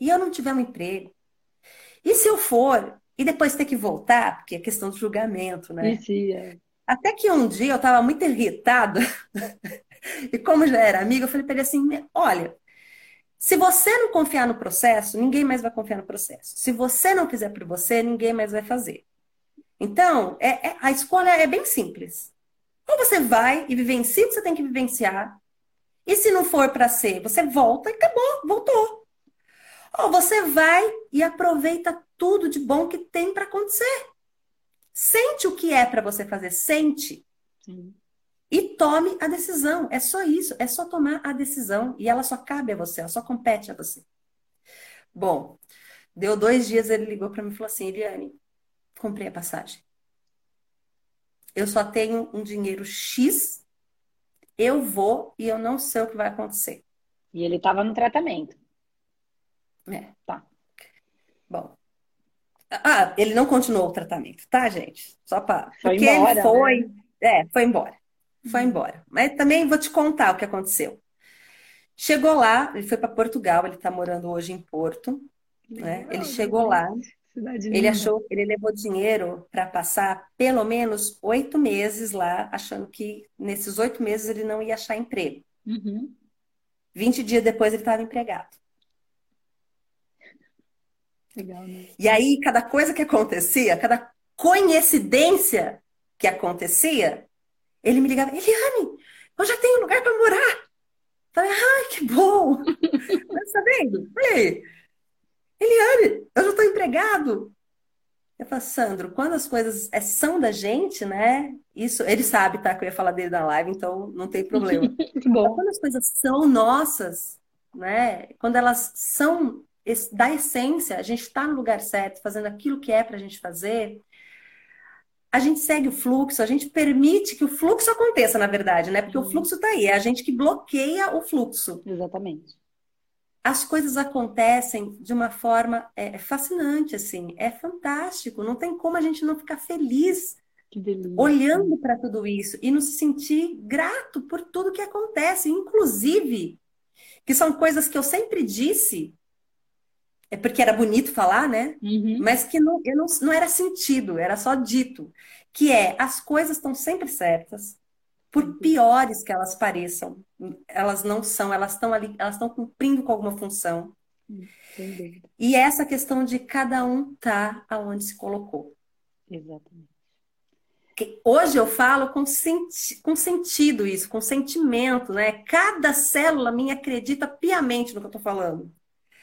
e eu não tiver um emprego? E se eu for e depois ter que voltar? Porque é questão do julgamento, E né? se é. Até que um dia eu estava muito irritada, e como já era amiga, eu falei para ele assim: olha, se você não confiar no processo, ninguém mais vai confiar no processo. Se você não fizer por você, ninguém mais vai fazer. Então, é, é- a escolha é bem simples. Ou você vai e vivencia o que você tem que vivenciar, e se não for para ser, você volta e acabou, voltou. Ou você vai e aproveita tudo de bom que tem para acontecer. Sente o que é para você fazer, sente. Sim. E tome a decisão. É só isso, é só tomar a decisão. E ela só cabe a você, ela só compete a você. Bom, deu dois dias, ele ligou para mim e falou assim: Eliane, comprei a passagem. Eu só tenho um dinheiro X, eu vou e eu não sei o que vai acontecer. E ele estava no tratamento. É, Tá. bom. Ah, ele não continuou o tratamento, tá, gente? Só para. Foi Porque ele embora, né? foi. É, foi embora. Foi Hum. embora. Mas também vou te contar o que aconteceu. Chegou lá, ele foi para Portugal, ele está morando hoje em Porto, né? Ele Legal, chegou lá, gente. Cidade ele linda. achou, ele levou dinheiro para passar pelo menos oito meses lá, achando que nesses oito meses ele não ia achar emprego. Uhum. Vinte dias depois ele estava empregado. Legal, né? E aí, cada coisa que acontecia, cada coincidência que acontecia, ele me ligava: Eliane, eu já tenho lugar para morar. Falei: ai, que bom. Mas tá vendo? Falei: Eliane, eu já estou empregado. Eu falo: Sandro, quando as coisas é, são da gente, né? Isso, ele sabe, tá? Que eu ia falar dele na live, então não tem problema. Que Mas bom. quando as coisas são nossas, né? Quando elas são es- da essência, a gente está no lugar certo, fazendo aquilo que é para a gente fazer, a gente segue o fluxo, a gente permite que o fluxo aconteça, na verdade, né? Porque o Uhum. fluxo está aí, é a gente que bloqueia o fluxo. Exatamente. As coisas acontecem de uma forma é, é fascinante, assim, é fantástico. Não tem como a gente não ficar feliz Que delícia. olhando para tudo isso e nos sentir grato por tudo que acontece, inclusive, que são coisas que eu sempre disse, é porque era bonito falar, né? Uhum. Mas que não, eu não, não era sentido, era só dito, que é as coisas estão sempre certas, por Sempre. piores que elas pareçam, elas não são, elas estão ali, elas estão cumprindo com alguma função. Hum, Sem dúvida. E é essa questão de cada um tá aonde se colocou. Exatamente. Que hoje eu falo com, senti com sentido isso, com sentimento, né? Cada célula minha acredita piamente no que eu tô falando.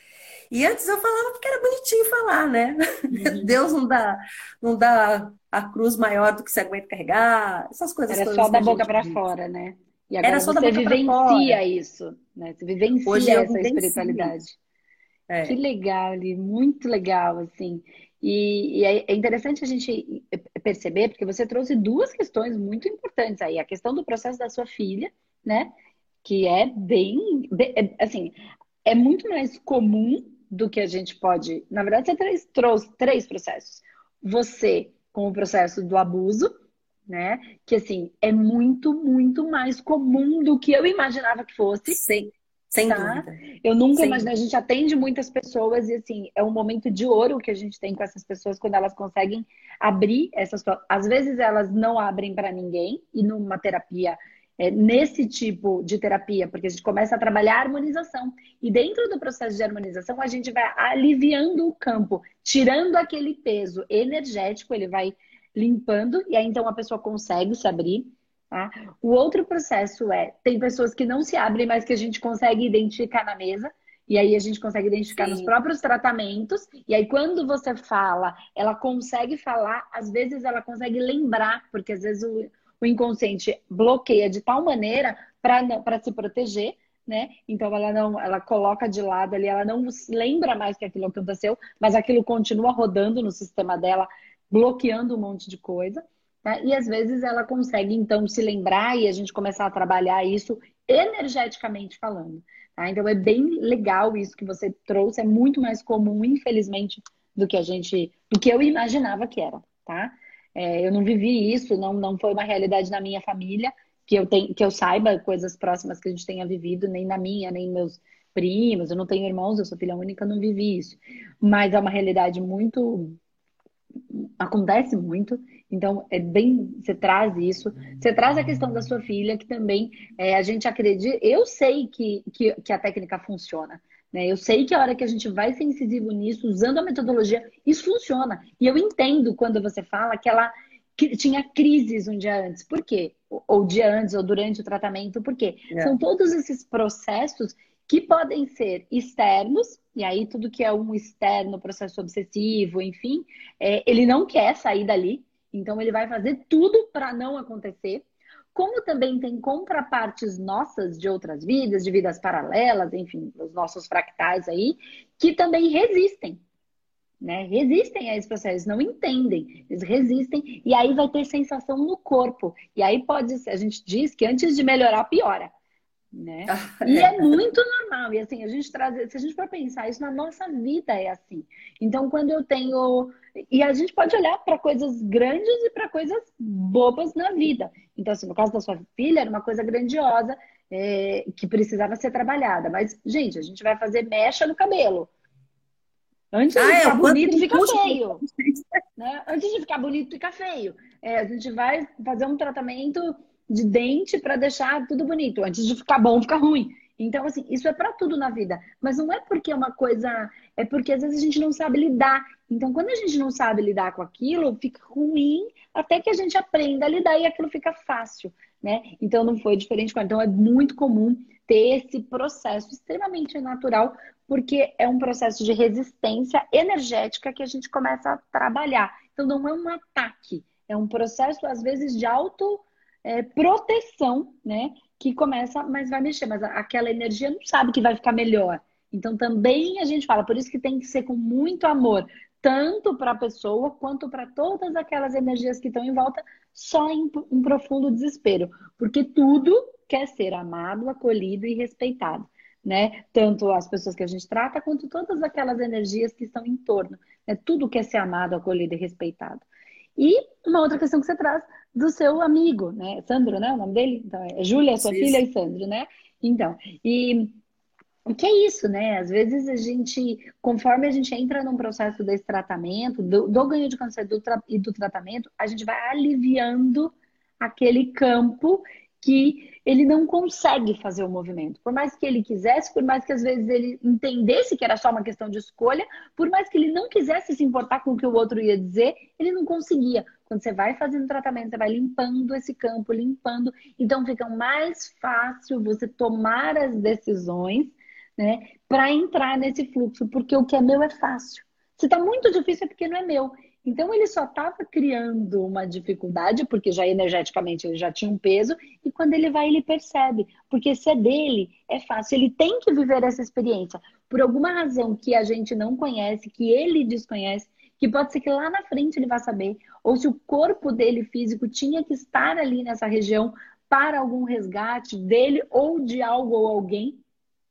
E antes eu falava porque era bonitinho falar, né? Uhum. Deus não dá, não dá a cruz maior do que você aguenta carregar, essas coisas Era só todas que da a boca gente para diz. fora, né? E Era agora só da você boca para fora. vivencia isso, né? Você Hoje vivencia eu essa vivencio espiritualidade. isso. Que É. legal, Ali, muito legal, assim. E, e é é interessante a gente perceber, porque você trouxe duas questões muito importantes aí. A questão do processo da sua filha, né? Que é bem, bem- é, assim, é muito mais comum do que a gente pode. Na verdade, você três- trouxe três processos. Você com o processo do abuso, né? Que assim é muito, muito mais comum do que eu imaginava que fosse, Sem, sem tá? dúvida. Eu nunca Sem imaginei. A dúvida. gente atende muitas pessoas e assim é um momento de ouro que a gente tem com essas pessoas quando elas conseguem abrir essas. Às vezes elas não abrem para ninguém e numa terapia é, nesse tipo de terapia, porque a gente começa a trabalhar a harmonização. E dentro do processo de harmonização, a gente vai aliviando o campo, tirando aquele peso energético, ele vai limpando, e aí então a pessoa consegue se abrir. Tá? O outro processo é, tem pessoas que não se abrem, mas que a gente consegue identificar na mesa, e aí a gente consegue identificar nos Sim, próprios tratamentos, e aí quando você fala, ela consegue falar, às vezes ela consegue lembrar, porque às vezes o, o inconsciente bloqueia de tal maneira para se proteger, né? Então ela não, ela coloca de lado ali, ela não lembra mais que aquilo aconteceu, mas aquilo continua rodando no sistema dela, bloqueando um monte de coisa. Tá? E às vezes ela consegue então se lembrar e a gente começar a trabalhar isso energeticamente falando. Tá? Então é bem legal isso que você trouxe, é muito mais comum, infelizmente, do que a gente, do que eu imaginava que era, tá? É, eu não vivi isso, não, não foi uma realidade na minha família, que eu tenho, que eu saiba coisas próximas que a gente tenha vivido, nem na minha, nem meus, primos, eu não tenho irmãos, eu sou filha única, não vivi isso. Mas é uma realidade muito acontece muito, então é bem, você traz isso, você traz a questão da sua filha, que também é, a gente acredita, eu sei que, que, que a técnica funciona, né? Eu sei que a hora que a gente vai ser incisivo nisso, usando a metodologia, isso funciona. E eu entendo quando você fala que ela que tinha crises um dia antes. Por quê? Ou, ou dia antes, ou durante o tratamento, por quê? São É. todos esses processos que podem ser externos, e aí tudo que é um externo, processo obsessivo, enfim, é, ele não quer sair dali, então ele vai fazer tudo para não acontecer. Como também tem contrapartes nossas de outras vidas, de vidas paralelas, enfim, os nossos fractais aí, que também resistem, né? Resistem a esse processo, não entendem, eles resistem, e aí vai ter sensação no corpo. E aí pode ser, a gente diz que antes de melhorar, piora, né? E é É. muito normal. E assim, a gente traz, se a gente for pensar isso na nossa vida é assim. Então, quando eu tenho e a gente pode olhar para coisas grandes e para coisas bobas na vida. Então, assim, no caso da sua filha, era uma coisa grandiosa é, que precisava ser trabalhada. Mas, gente, a gente vai fazer mecha no cabelo. Antes Ah, de é, ficar o quanto bonito, que fica puxa. feio, né? Antes de ficar bonito, fica feio. É, a gente vai fazer um tratamento de dente para deixar tudo bonito. Antes de ficar bom, fica ruim. Então, assim, isso é para tudo na vida. Mas não é porque é uma coisa. É porque às vezes a gente não sabe lidar. Então, quando a gente não sabe lidar com aquilo, fica ruim até que a gente aprenda a lidar e aquilo fica fácil, né? Então, não foi diferente com ela. Então, é muito comum ter esse processo extremamente natural, porque é um processo de resistência energética que a gente começa a trabalhar. Então, não é um ataque, é um processo, às vezes, de auto, é, proteção, né? Que começa, mas vai mexer, mas aquela energia não sabe que vai ficar melhor. Então, também a gente fala, por isso que tem que ser com muito amor, tanto para a pessoa quanto para todas aquelas energias que estão em volta, só em um profundo desespero, porque tudo quer ser amado, acolhido e respeitado, né? Tanto as pessoas que a gente trata, quanto todas aquelas energias que estão em torno, né? Tudo quer ser amado, acolhido e respeitado. E uma outra questão que você traz do seu amigo, né? Sandro, né? O nome dele? Então, é Júlia, sua Isso, filha, isso. e Sandro, né? Então, e o que é isso, né? Às vezes a gente, conforme a gente entra num processo desse tratamento, do, do ganho de câncer do tra- e do tratamento, a gente vai aliviando aquele campo que ele não consegue fazer o movimento. Por mais que ele quisesse, por mais que às vezes ele entendesse que era só uma questão de escolha, por mais que ele não quisesse se importar com o que o outro ia dizer, ele não conseguia. Quando você vai fazendo tratamento, você vai limpando esse campo, limpando, então fica mais fácil você tomar as decisões, né, para entrar nesse fluxo, porque o que é meu é fácil. Se está muito difícil é porque não é meu. Então ele só estava criando uma dificuldade, porque já energeticamente ele já tinha um peso, e quando ele vai, ele percebe. Porque se é dele, é fácil. Ele tem que viver essa experiência. Por alguma razão que a gente não conhece, que ele desconhece, que pode ser que lá na frente ele vá saber, ou se o corpo dele físico tinha que estar ali nessa região para algum resgate dele ou de algo ou alguém,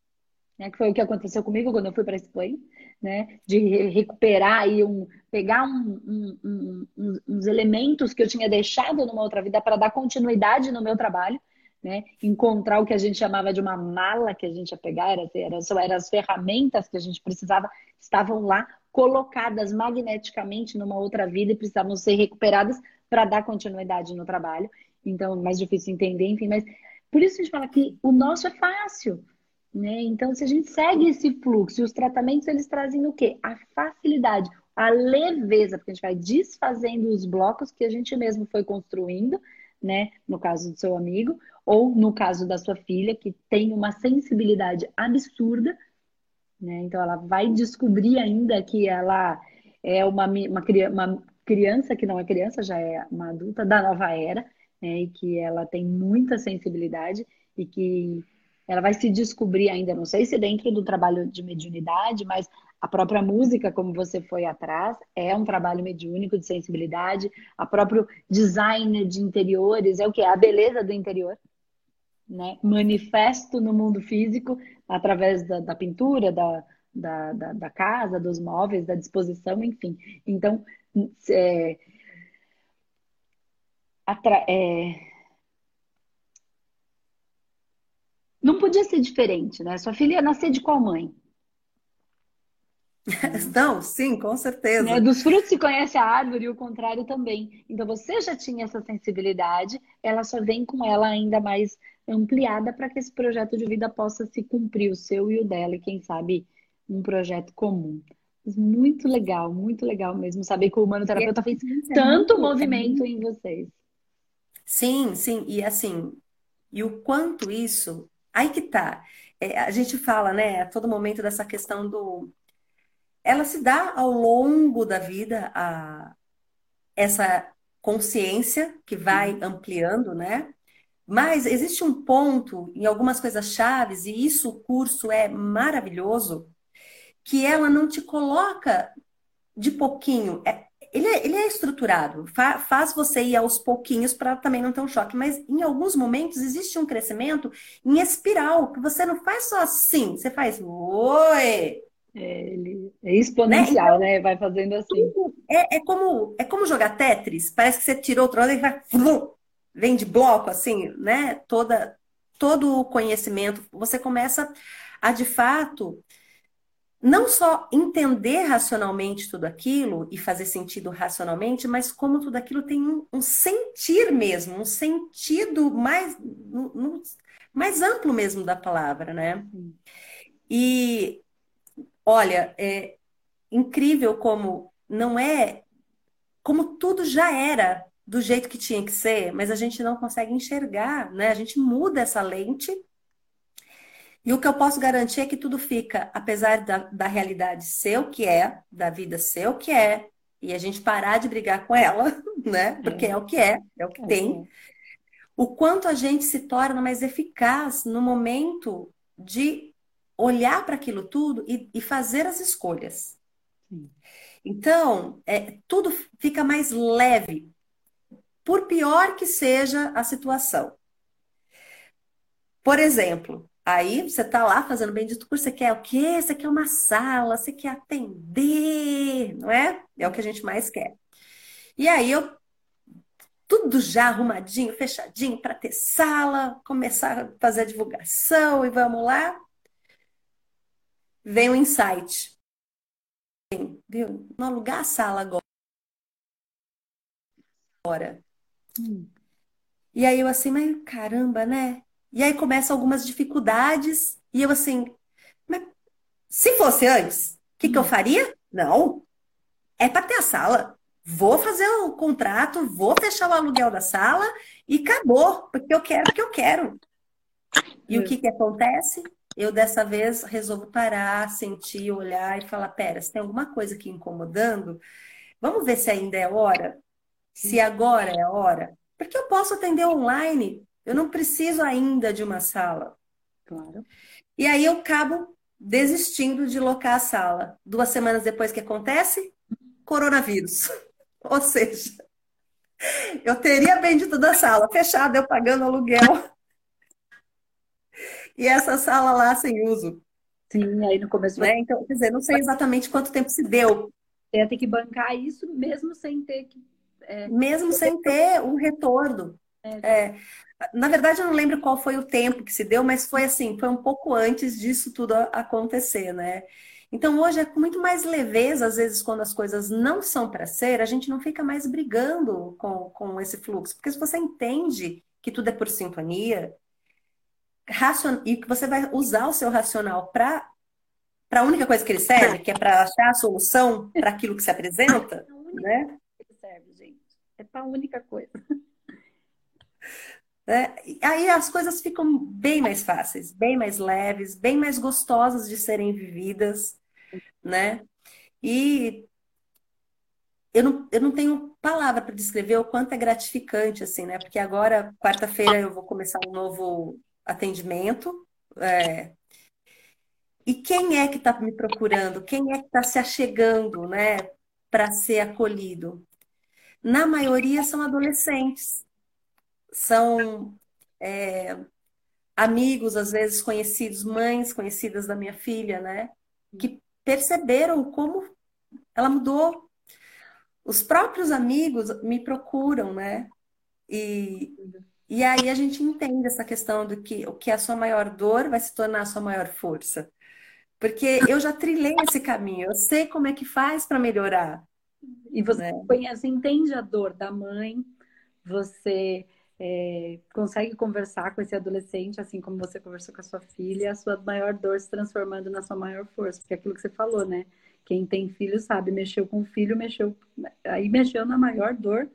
né? Que foi o que aconteceu comigo quando eu fui para a Espanha, né? De re- recuperar aí um, pegar um, um, um, uns uns elementos que eu tinha deixado numa outra vida para dar continuidade no meu trabalho, né? Encontrar o que a gente chamava de uma mala que a gente ia pegar, era, era, só eram as ferramentas que a gente precisava, estavam lá colocadas magneticamente numa outra vida e precisavam ser recuperadas para dar continuidade no trabalho. Então, mais difícil entender, enfim, mas por isso a gente fala que o nosso é fácil, né? Então, se a gente segue esse fluxo, e os tratamentos eles trazem o quê? A facilidade, a leveza, porque a gente vai desfazendo os blocos que a gente mesmo foi construindo, né? No caso do seu amigo, ou no caso da sua filha, que tem uma sensibilidade absurda, né? Então, ela vai descobrir ainda que ela é uma, mi- uma, cria- uma criança que não é criança, já é uma adulta da nova era, né? E que ela tem muita sensibilidade e que ela vai se descobrir ainda, não sei se dentro do trabalho de mediunidade, mas a própria música, como você foi atrás, é um trabalho mediúnico de sensibilidade, a próprio design de interiores, é o que? É a beleza do interior, né? Manifesto no mundo físico através da, da pintura, da, da, da, da casa, dos móveis, da disposição, enfim. Então, é, atra- é, Não podia ser diferente, né? Sua filha ia nascer de qual mãe? Né? Não, sim, com Né? certeza. Dos frutos se conhece a árvore e o contrário também. Então você já tinha essa sensibilidade, ela só vem com ela ainda mais ampliada para que esse projeto de vida possa se cumprir, o seu e o dela, e quem sabe um projeto comum. Mas muito legal, muito legal mesmo saber que o E é, humanoterapeuta fez isso é tanto muito, é movimento muito. em vocês. Sim, sim, e assim, e o quanto isso. Aí que tá. É, a gente fala, né, a todo momento dessa questão do. Ela se dá ao longo da vida, a, essa consciência que vai Sim, ampliando, né? Mas existe um ponto em algumas coisas chaves, e isso o curso é maravilhoso, que ela não te coloca de pouquinho. É- ele, é, ele é estruturado, fa- faz você ir aos pouquinhos para também não ter um choque, mas em alguns momentos existe um crescimento em espiral, que você não faz só assim, você faz oi, é, ele é né? exponencial, Então, né? Vai fazendo assim. tudo é, é como, é como jogar Tetris, parece que você tirou outro lado e vai, flum, vem de bloco, assim, né? Toda, todo o conhecimento, você começa a, de fato, não só entender racionalmente tudo aquilo e fazer sentido racionalmente, mas como tudo aquilo tem um, um sentir mesmo, um sentido mais, no- no- mais amplo mesmo da palavra, né? Sim, E olha, é incrível como não é, como tudo já era do jeito que tinha que ser, mas a gente não consegue enxergar, né? A gente muda essa lente. E o que eu posso garantir é que tudo fica, apesar da, da realidade ser o que é, da vida ser o que é, e a gente parar de brigar com ela, né? Porque é, é o que é, é o que é o que tem. é. O quanto a gente se torna mais eficaz no momento de olhar para aquilo tudo e, e fazer as escolhas. Sim. Então, é, tudo fica mais leve, por pior que seja a situação. Por exemplo, aí você está lá fazendo bendito curso, você quer o quê? Você quer uma sala, você quer atender, não é? É o que a gente mais quer. E aí eu, tudo já arrumadinho, fechadinho para ter sala, começar a fazer a divulgação e vamos lá. Vem o insight, viu? Não alugar a sala agora. Hum, E aí eu assim, mas caramba, né? E aí começam algumas dificuldades e eu assim, mas se fosse antes, o que que eu hum. faria? Não. É para ter a sala. Vou fazer o contrato, vou fechar o aluguel da sala e acabou, porque eu quero, porque eu quero. E o É, que que acontece? Eu dessa vez resolvo parar, sentir, olhar e falar: pera, se tem alguma coisa aqui incomodando, vamos ver se ainda é hora, se sim, agora é a hora. Porque eu posso atender online, eu não preciso ainda de uma sala. claro. E aí eu acabo desistindo de locar a sala. Duas semanas depois que acontece, coronavírus. Ou seja, eu teria bendito da sala fechada, eu pagando aluguel, e essa sala lá sem uso, Sim, aí no começo você né? Então, quer dizer, não sei exatamente quanto tempo se deu, ia ter que bancar isso mesmo sem ter que. É, mesmo sem ter um retorno. é, exato. É, na verdade, eu não lembro qual foi o tempo que se deu, mas foi assim, foi um pouco antes disso tudo a- acontecer, né? Então, hoje é com muito mais leveza, às vezes, quando as coisas não são para ser, a gente não fica mais brigando com, com esse fluxo, porque se você entende que tudo é por sintonia, racion... e que você vai usar o seu racional para para a única coisa que ele serve, que é para achar a solução para aquilo que se apresenta, A única né? coisa que serve, gente. É pra única coisa. Né? E aí as coisas ficam bem mais fáceis, bem mais leves, bem mais gostosas de serem vividas, né? E eu não, eu não tenho palavra para descrever o quanto é gratificante, assim, né? Porque agora, quarta-feira, eu vou começar um novo atendimento. é, E quem é que está me procurando? Quem é que está se achegando, né, para ser acolhido? Na maioria são adolescentes, são é, amigos, às vezes conhecidos, mães conhecidas da minha filha, né, que perceberam como ela mudou. Os próprios amigos me procuram, né, e, E aí a gente entende essa questão do que o que é a sua maior dor vai se tornar a sua maior força. Porque eu já trilhei esse caminho, eu sei como é que faz para melhorar, E você né? conhece, entende a dor da mãe, você é, consegue conversar com esse adolescente, assim como você conversou com a sua filha, a sua maior dor se transformando na sua maior força, porque é aquilo que você falou, né? Quem tem filho sabe, mexeu com o filho, mexeu, aí mexeu na maior dor.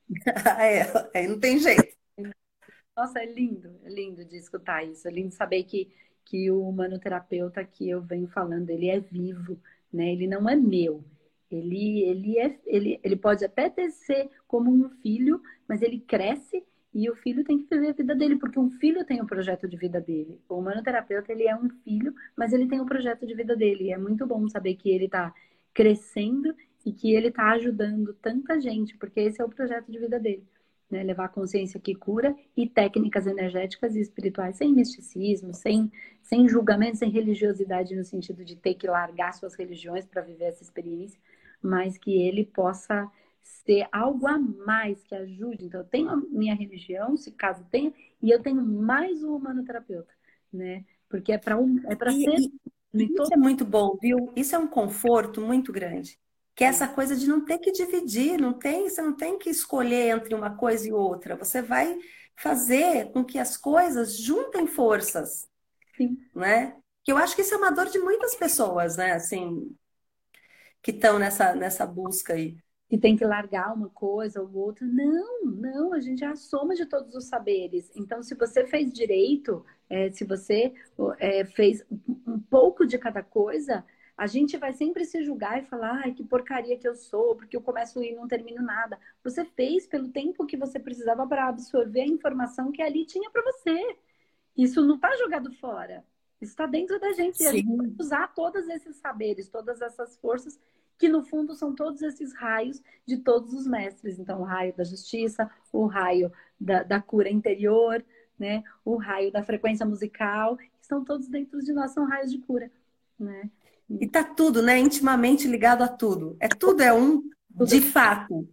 É, aí não tem jeito. Nossa, é lindo, é lindo de escutar isso, é lindo saber que, que o humanoterapeuta que eu venho falando, ele é vivo, né? Ele não é meu. Ele, ele, é, ele, ele pode até ter, ser como um filho, mas ele cresce e o filho tem que viver a vida dele, porque um filho tem o projeto de vida dele. O humanoterapeuta, ele é um filho, mas ele tem o projeto de vida dele. E é muito bom saber que ele está crescendo e que ele está ajudando tanta gente, porque esse é o projeto de vida dele, né? Levar a consciência que cura e técnicas energéticas e espirituais sem misticismo, sem, sem julgamento, sem religiosidade no sentido de ter que largar suas religiões para viver essa experiência, mas que ele possa ser algo a mais que ajude. Então, eu tenho a minha religião, se caso tenha, e eu tenho mais o humanoterapeuta, né? Porque é para um, é para E, ser e- em e isso todo. é muito bom, viu? Isso é um conforto muito grande. Que é essa coisa de não ter que dividir, não tem, você não tem que escolher entre uma coisa e outra. Você vai fazer com que as coisas juntem forças, Sim. né? Que eu acho que isso é uma dor de muitas pessoas, né? Assim, que estão nessa, nessa busca aí. Que tem que largar uma coisa ou outra. Não, não, a gente é a soma de todos os saberes. Então, se você fez direito, é, se você é, fez um pouco de cada coisa, a gente vai sempre se julgar e falar, ai, que porcaria que eu sou, porque eu começo e não termino nada. Você fez pelo tempo que você precisava para absorver a informação que ali tinha para você. Isso não está jogado fora. Isso está dentro da gente. E a gente pode Sim. usar todos esses saberes, todas essas forças, que no fundo são todos esses raios de todos os mestres. Então, o raio da justiça, o raio da, da cura interior, né? O raio da frequência musical, que estão todos dentro de nós, são raios de cura, né? E tá tudo, né? Intimamente ligado a tudo. É tudo é um Tudo de fato.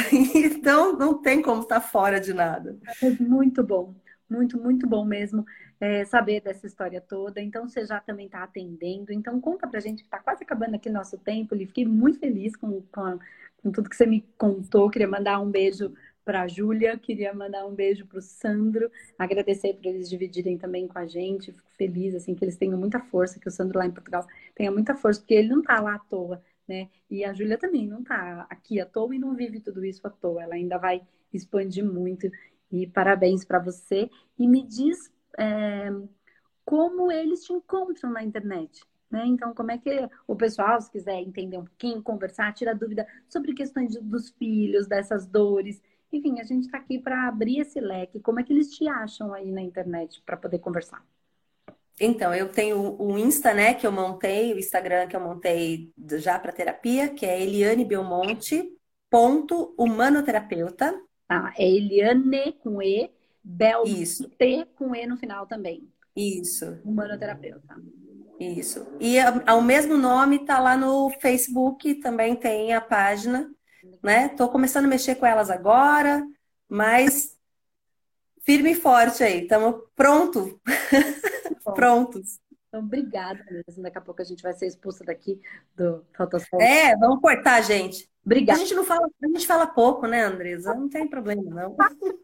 Então não tem como estar fora de nada. é muito bom, muito, muito bom mesmo é, saber dessa história toda. Então, você já também está atendendo. Então, conta pra gente, que está quase acabando aqui nosso tempo. E fiquei muito feliz com, com, a- com tudo que você me contou. Queria mandar um beijo para a Júlia, queria mandar um beijo para o Sandro, agradecer por eles dividirem também com a gente. Fico feliz assim que eles tenham muita força, que o Sandro lá em Portugal tenha muita força, porque ele não está lá à toa, né? E a Júlia também não está aqui à toa e não vive tudo isso à toa. Ela ainda vai expandir muito. E parabéns para você. E me diz é, como eles te encontram na internet. Né? Então, como é que o pessoal, se quiser entender um pouquinho, conversar, tirar dúvida sobre questões de- dos filhos, dessas dores. Enfim, a gente está aqui para abrir esse leque. Como é que eles te acham aí na internet para poder conversar? Então, eu tenho o Insta, né, que eu montei, o Instagram que eu montei já para terapia, que é Eliane Belmonte, ponto humanoterapeuta. Tá? É Eliane com E, Isso, Belmonte com E no final também. isso, Humanoterapeuta. isso. E a- ao mesmo nome tá lá no Facebook, também tem a página, né? Tô começando a mexer com elas agora, mas firme e forte aí, estamos pronto, Bom, prontos. então, obrigada mesmo. Daqui a pouco a gente vai ser expulsa daqui do Falta É, vamos cortar, gente. A Obrigada. gente não fala, a gente fala pouco, né, Andresa? Não tem problema, não.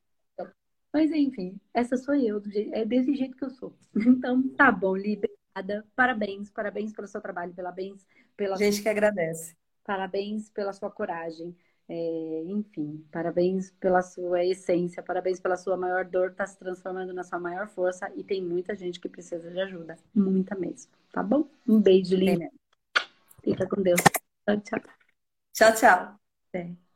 Mas enfim, essa sou eu, do jeito- é desse jeito que eu sou. Então, tá bom, Li, obrigada. Parabéns, parabéns pelo seu trabalho, parabéns A pela, gente que agradece. parabéns pela sua coragem. É, enfim, parabéns pela sua essência, parabéns pela sua maior dor, tá se transformando na sua maior força e tem muita gente que precisa de ajuda, muita mesmo, tá bom? Um beijo, Tem lindo. mesmo. Fica com Deus. Tchau, tchau. Tchau, tchau. Até.